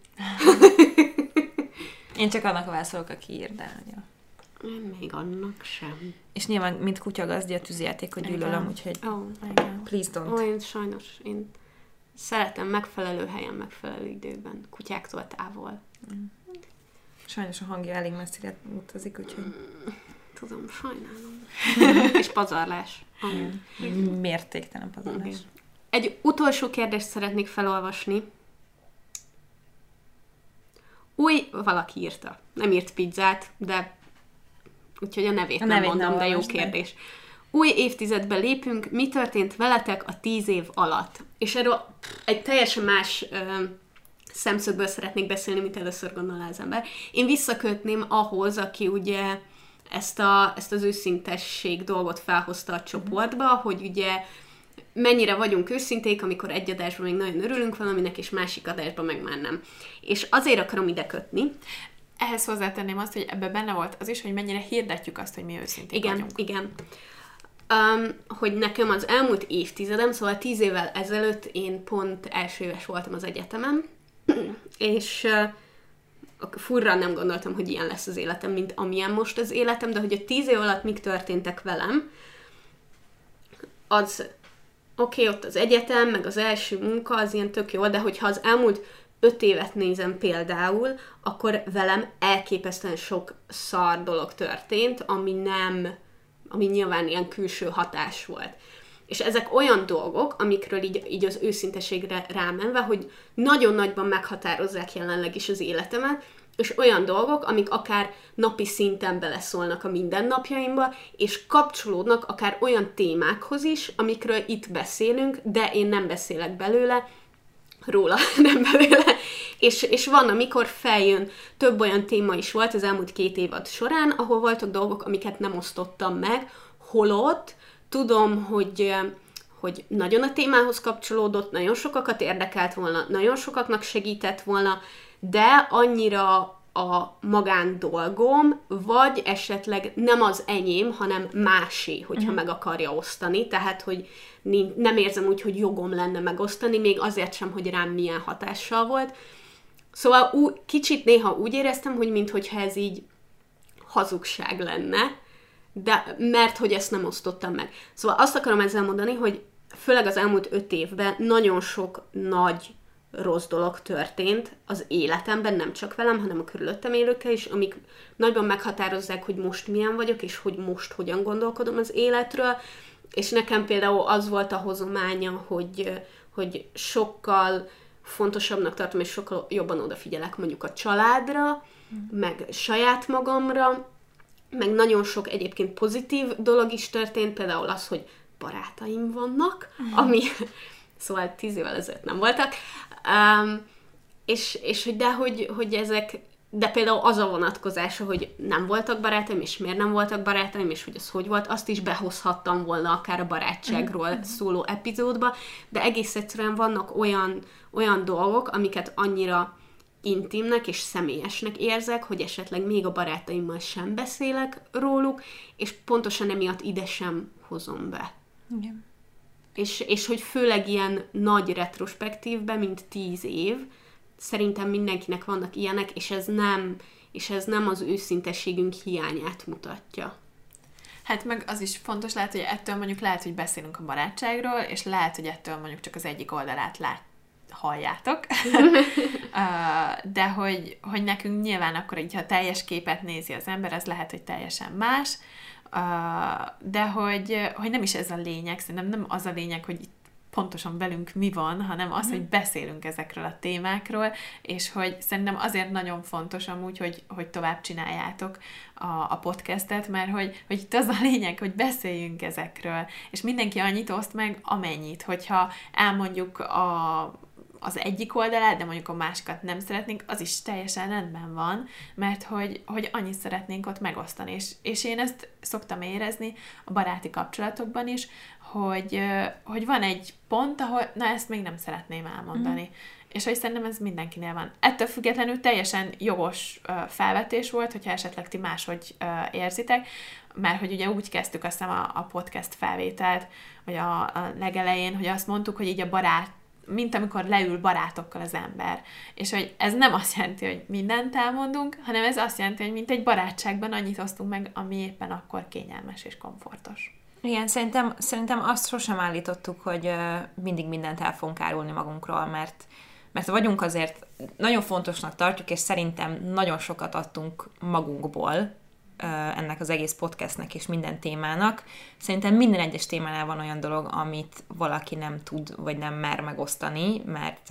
Én csak annak válaszolok, aki ír, de... Ja. Én még annak sem. És nyilván, mint kutyagazdi a tűzijátékot gyűlölöm, úgyhogy Igen. please don't. Én sajnos, én szeretem megfelelő helyen, megfelelő időben, kutyáktól távol. Sajnos a hangja elég messzire utazik, úgyhogy... Tudom, sajnálom. És pazarlás. Mértéktelen pazarlás. Egy utolsó kérdést szeretnék felolvasni. Valaki írta. Nem írt pizzát, de úgyhogy a nevét nem mondom, de jó kérdés. Új évtizedbe lépünk, mi történt veletek a 10 év alatt? És erről egy teljesen más szemszögből szeretnék beszélni, mint először gondolná az ember. Én visszakötném ahhoz, aki ugye ezt az őszintesség dolgot felhozta a csoportba, hogy ugye mennyire vagyunk őszinték, amikor egy adásban még nagyon örülünk valaminek, és másik adásban meg már nem. És azért akarom ide kötni. Ehhez hozzátenném azt, hogy ebben benne volt az is, hogy mennyire hirdetjük azt, hogy mi őszinték vagyunk. Igen. Hogy nekem az elmúlt évtizedem, szóval 10 évvel ezelőtt én pont első éves voltam az egyetemen, és furran nem gondoltam, hogy ilyen lesz az életem, mint amilyen most az életem, de hogy a 10 év alatt mik történtek velem, az oké, ott az egyetem, meg az első munka, az ilyen tök jó, de hogyha az elmúlt 5 évet nézem például, akkor velem elképesztően sok szar dolog történt, ami nyilván ilyen külső hatás volt. És ezek olyan dolgok, amikről így az őszinteségre rámenve, hogy nagyon nagyban meghatározzák jelenleg is az életemet, és olyan dolgok, amik akár napi szinten beleszólnak a mindennapjaimba, és kapcsolódnak akár olyan témákhoz is, amikről itt beszélünk, de én nem beszélek belőle, róla, nem belőle. És van, amikor feljön, több olyan téma is volt az elmúlt 2 évad során, ahol voltak dolgok, amiket nem osztottam meg, holott tudom, hogy nagyon a témához kapcsolódott, nagyon sokakat érdekelt volna, nagyon sokaknak segített volna, de annyira a magán dolgom, vagy esetleg nem az enyém, hanem másé, hogyha meg akarja osztani, tehát, hogy nem érzem úgy, hogy jogom lenne megosztani, még azért sem, hogy rám milyen hatással volt. Szóval kicsit néha úgy éreztem, hogy minthogyha ez így hazugság lenne, de mert hogy ezt nem osztottam meg. Szóval azt akarom ezzel mondani, hogy főleg az elmúlt 5 évben nagyon sok nagy rossz dolog történt az életemben, nem csak velem, hanem a körülöttem élőkkel is, amik nagyban meghatározzák, hogy most milyen vagyok, és hogy most hogyan gondolkodom az életről, és nekem például az volt a hozománya, hogy sokkal fontosabbnak tartom, és sokkal jobban odafigyelek mondjuk a családra, meg saját magamra, meg nagyon sok egyébként pozitív dolog is történt, például az, hogy barátaim vannak, ami szóval 10 évvel ezelőtt nem voltak, és hogy ezek, de például az a vonatkozása, hogy nem voltak barátaim, és miért nem voltak barátaim, és hogy az hogy volt, azt is behozhattam volna akár a barátságról szóló epizódba, de egész egyszerűen vannak olyan dolgok, amiket annyira intimnek és személyesnek érzek, hogy esetleg még a barátaimmal sem beszélek róluk, és pontosan emiatt ide sem hozom be. Igen. És hogy főleg ilyen nagy retrospektívben, mint 10 év, szerintem mindenkinek vannak ilyenek, és ez nem az őszintességünk hiányát mutatja. Hát meg az is fontos lehet, hogy ettől mondjuk lehet, hogy beszélünk a barátságról, és lehet, hogy ettől mondjuk csak az egyik oldalát halljátok. De hogy nekünk nyilván akkor így, ha teljes képet nézi az ember, ez lehet, hogy teljesen más, de hogy nem is ez a lényeg, szerintem nem az a lényeg, hogy itt pontosan velünk mi van, hanem az, hogy beszélünk ezekről a témákról, és hogy szerintem azért nagyon fontos amúgy, hogy tovább csináljátok a podcastet, mert hogy itt az a lényeg, hogy beszéljünk ezekről, és mindenki annyit oszt meg, amennyit, hogyha elmondjuk az egyik oldalát, de mondjuk a másikat nem szeretnénk, az is teljesen rendben van, mert hogy annyit szeretnénk ott megosztani. És én ezt szoktam érezni a baráti kapcsolatokban is, hogy van egy pont, ahol na ezt még nem szeretném elmondani. És hogy szerintem ez mindenkinél van. Ettől függetlenül teljesen jogos felvetés volt, hogyha esetleg ti máshogy érzitek, mert hogy ugye úgy kezdtük azt hiszem a podcast felvételt, vagy a legelején, hogy azt mondtuk, hogy így a barát, mint amikor leül barátokkal az ember. És hogy ez nem azt jelenti, hogy mindent elmondunk, hanem ez azt jelenti, hogy mint egy barátságban annyit osztunk meg, ami éppen akkor kényelmes és komfortos. Igen, szerintem azt sosem állítottuk, hogy mindig mindent el fogunk árulni magunkról, mert vagyunk azért, nagyon fontosnak tartjuk, és szerintem nagyon sokat adtunk magunkból ennek az egész podcastnek és minden témának. Szerintem minden egyes témánál van olyan dolog, amit valaki nem tud, vagy nem mer megosztani,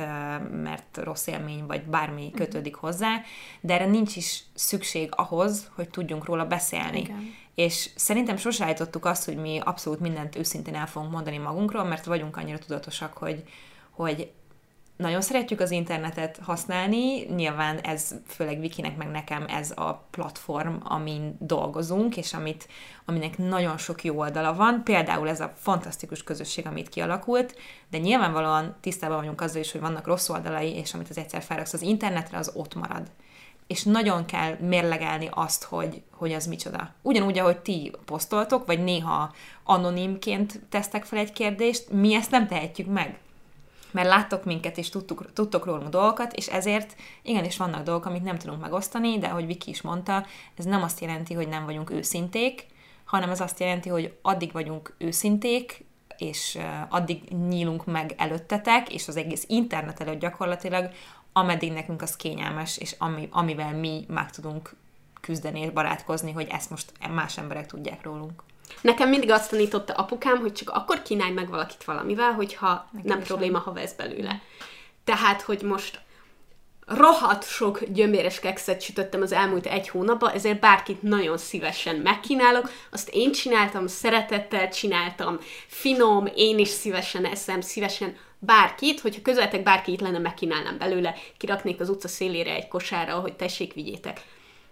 mert rossz élmény, vagy bármi kötődik hozzá, de erre nincs is szükség ahhoz, hogy tudjunk róla beszélni. Igen. És szerintem sose állítottuk azt, hogy mi abszolút mindent őszintén el fogunk mondani magunkról, mert vagyunk annyira tudatosak, hogy nagyon szeretjük az internetet használni, nyilván ez főleg Vikinek meg nekem ez a platform, amin dolgozunk, és aminek nagyon sok jó oldala van, például ez a fantasztikus közösség, amit kialakult, de nyilvánvalóan tisztában vagyunk azzal is, hogy vannak rossz oldalai, és amit az egyszer felraksz az internetre, az ott marad. És nagyon kell mérlegelni azt, hogy az micsoda. Ugyanúgy, ahogy ti posztoltok, vagy néha anonimként tesztek fel egy kérdést, mi ezt nem tehetjük meg. Mert láttok minket, és tudtok rólunk dolgokat, és ezért igenis vannak dolgok, amit nem tudunk megosztani, de ahogy Viki is mondta, ez nem azt jelenti, hogy nem vagyunk őszinték, hanem ez azt jelenti, hogy addig vagyunk őszinték, és addig nyílunk meg előttetek, és az egész internet előtt gyakorlatilag, ameddig nekünk az kényelmes, és amivel mi meg tudunk küzdeni és barátkozni, hogy ezt most más emberek tudják rólunk. Nekem mindig azt tanította apukám, hogy csak akkor kínálj meg valakit valamivel, hogyha nem probléma, ha vesz belőle. Tehát, hogy most rohadt sok gyömbéres kekszet sütöttem az elmúlt 1 hónapban, ezért bárkit nagyon szívesen megkínálok. Azt én csináltam, szeretettel csináltam, finom, én is szívesen eszem, szívesen bárkit, hogyha közeletek bárki itt lenne, megkínálnám belőle, kiraknék az utca szélére egy kosárra, hogy tessék, vigyétek.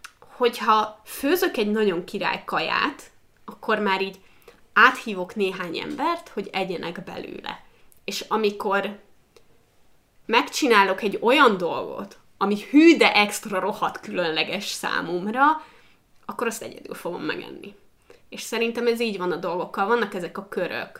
Hogyha főzök egy nagyon király kaját, akkor már így áthívok néhány embert, hogy egyenek belőle. És amikor megcsinálok egy olyan dolgot, ami hű, de extra rohadt különleges számomra, akkor azt egyedül fogom megenni. És szerintem ez így van a dolgokkal, vannak ezek a körök.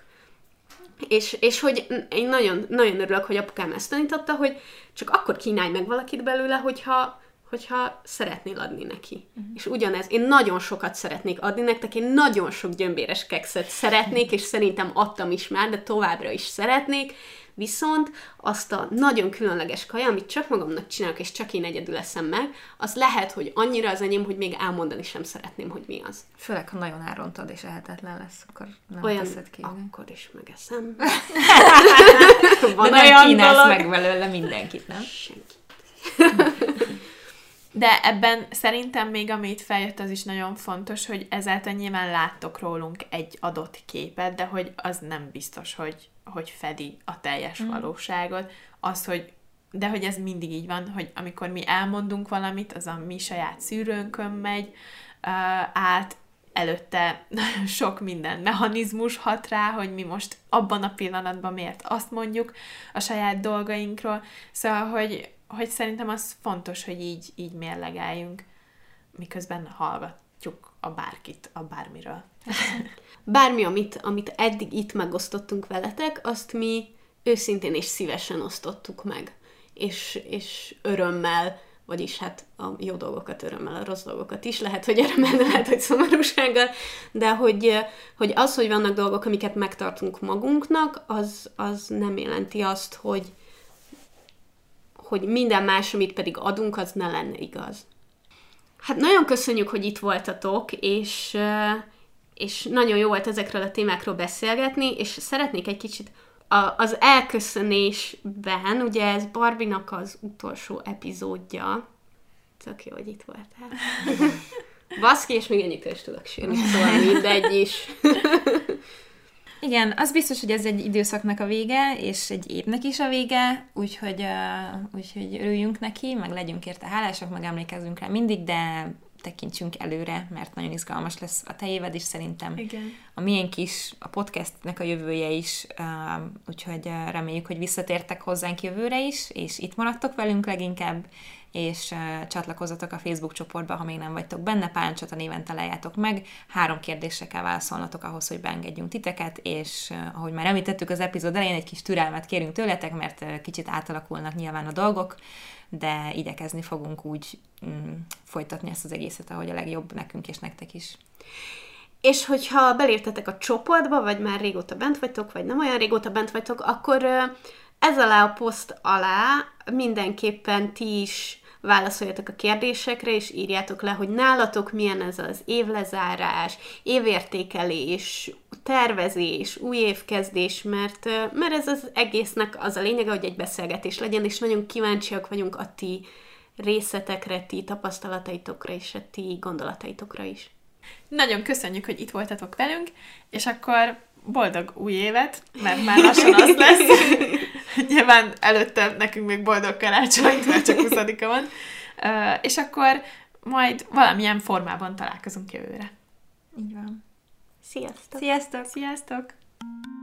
És hogy én nagyon, nagyon örülök, hogy apukám ezt tanította, hogy csak akkor kínálj meg valakit belőle, hogyha szeretnél adni neki. És ugyanez, én nagyon sokat szeretnék adni nektek, én nagyon sok gyömbéres kekszet szeretnék, és szerintem adtam is már, de továbbra is szeretnék, viszont azt a nagyon különleges kaja, amit csak magamnak csinálok, és csak én egyedül eszem meg, az lehet, hogy annyira az enyém, hogy még elmondani sem szeretném, hogy mi az. Főleg, ha nagyon elrontad, és ehetetlen lesz, akkor nem olyan, teszed ki. Akkor is megeszem. Van de olyan kínálsz meg belőle mindenkit, nem? Senki. De ebben szerintem még amit feljött, az is nagyon fontos, hogy ezáltal nyilván láttok rólunk egy adott képet, de hogy az nem biztos, hogy fedi a teljes valóságot. De hogy ez mindig így van, hogy amikor mi elmondunk valamit, az a mi saját szűrőnkön megy át, előtte sok minden mechanizmus hat rá, hogy mi most abban a pillanatban miért azt mondjuk a saját dolgainkról. Szóval, hogy szerintem az fontos, hogy így mérlegeljünk, miközben hallgatjuk a bárkit, a bármiről. Bármi, amit eddig itt megosztottunk veletek, azt mi őszintén és szívesen osztottuk meg. És örömmel, vagyis hát a jó dolgokat örömmel, a rossz dolgokat is, lehet, hogy örömmel, lehet, hogy szomorúsággal, de hogy az, hogy vannak dolgok, amiket megtartunk magunknak, az nem jelenti azt, hogy minden más, amit pedig adunk, az ne lenne igaz. Hát nagyon köszönjük, hogy itt voltatok, és nagyon jó volt ezekről a témákról beszélgetni, és szeretnék egy kicsit az elköszönésben, ugye ez Barbinak az utolsó epizódja. Tök jó, hogy itt voltál. Baszki, és még ennyitől is tudok sírni, szóval mindegy is. Igen, az biztos, hogy ez egy időszaknak a vége, és egy évnek is a vége, úgyhogy örüljünk neki, meg legyünk érte hálásak, meg emlékezzünk rá mindig, de tekintsünk előre, mert nagyon izgalmas lesz a te éved is szerintem. Igen. A miénk is, a podcastnek a jövője is, úgyhogy reméljük, hogy visszatértek hozzánk jövőre is, és itt maradtok velünk leginkább, és csatlakozzatok a Facebook csoportba, ha még nem vagytok benne, Pálincsota néven találjátok meg. 3 kérdésre kell válaszolnotok ahhoz, hogy beengedjünk titeket, és ahogy már említettük az epizód elején, egy kis türelmet kérünk tőletek, mert kicsit átalakulnak nyilván a dolgok, de igyekezni fogunk úgy folytatni ezt az egészet, ahogy a legjobb nekünk és nektek is. És hogyha beléptetek a csoportba, vagy már régóta bent vagytok, vagy nem olyan régóta bent vagytok, akkor ez alá a poszt alá mindenképpen ti is válaszoljatok a kérdésekre, és írjátok le, hogy nálatok milyen ez az évlezárás, évértékelés, tervezés, új évkezdés, mert ez az egésznek az a lényege, hogy egy beszélgetés legyen, és nagyon kíváncsiak vagyunk a ti részletekre, ti tapasztalataitokra és a ti gondolataitokra is. Nagyon köszönjük, hogy itt voltatok velünk, és akkor boldog új évet, mert már lassan az lesz. Nyilván előtte nekünk még boldog karácsonyt, mert csak 20-a van. És akkor majd valamilyen formában találkozunk jövőre. Így van. Sziasztok! Sziasztok! Sziasztok!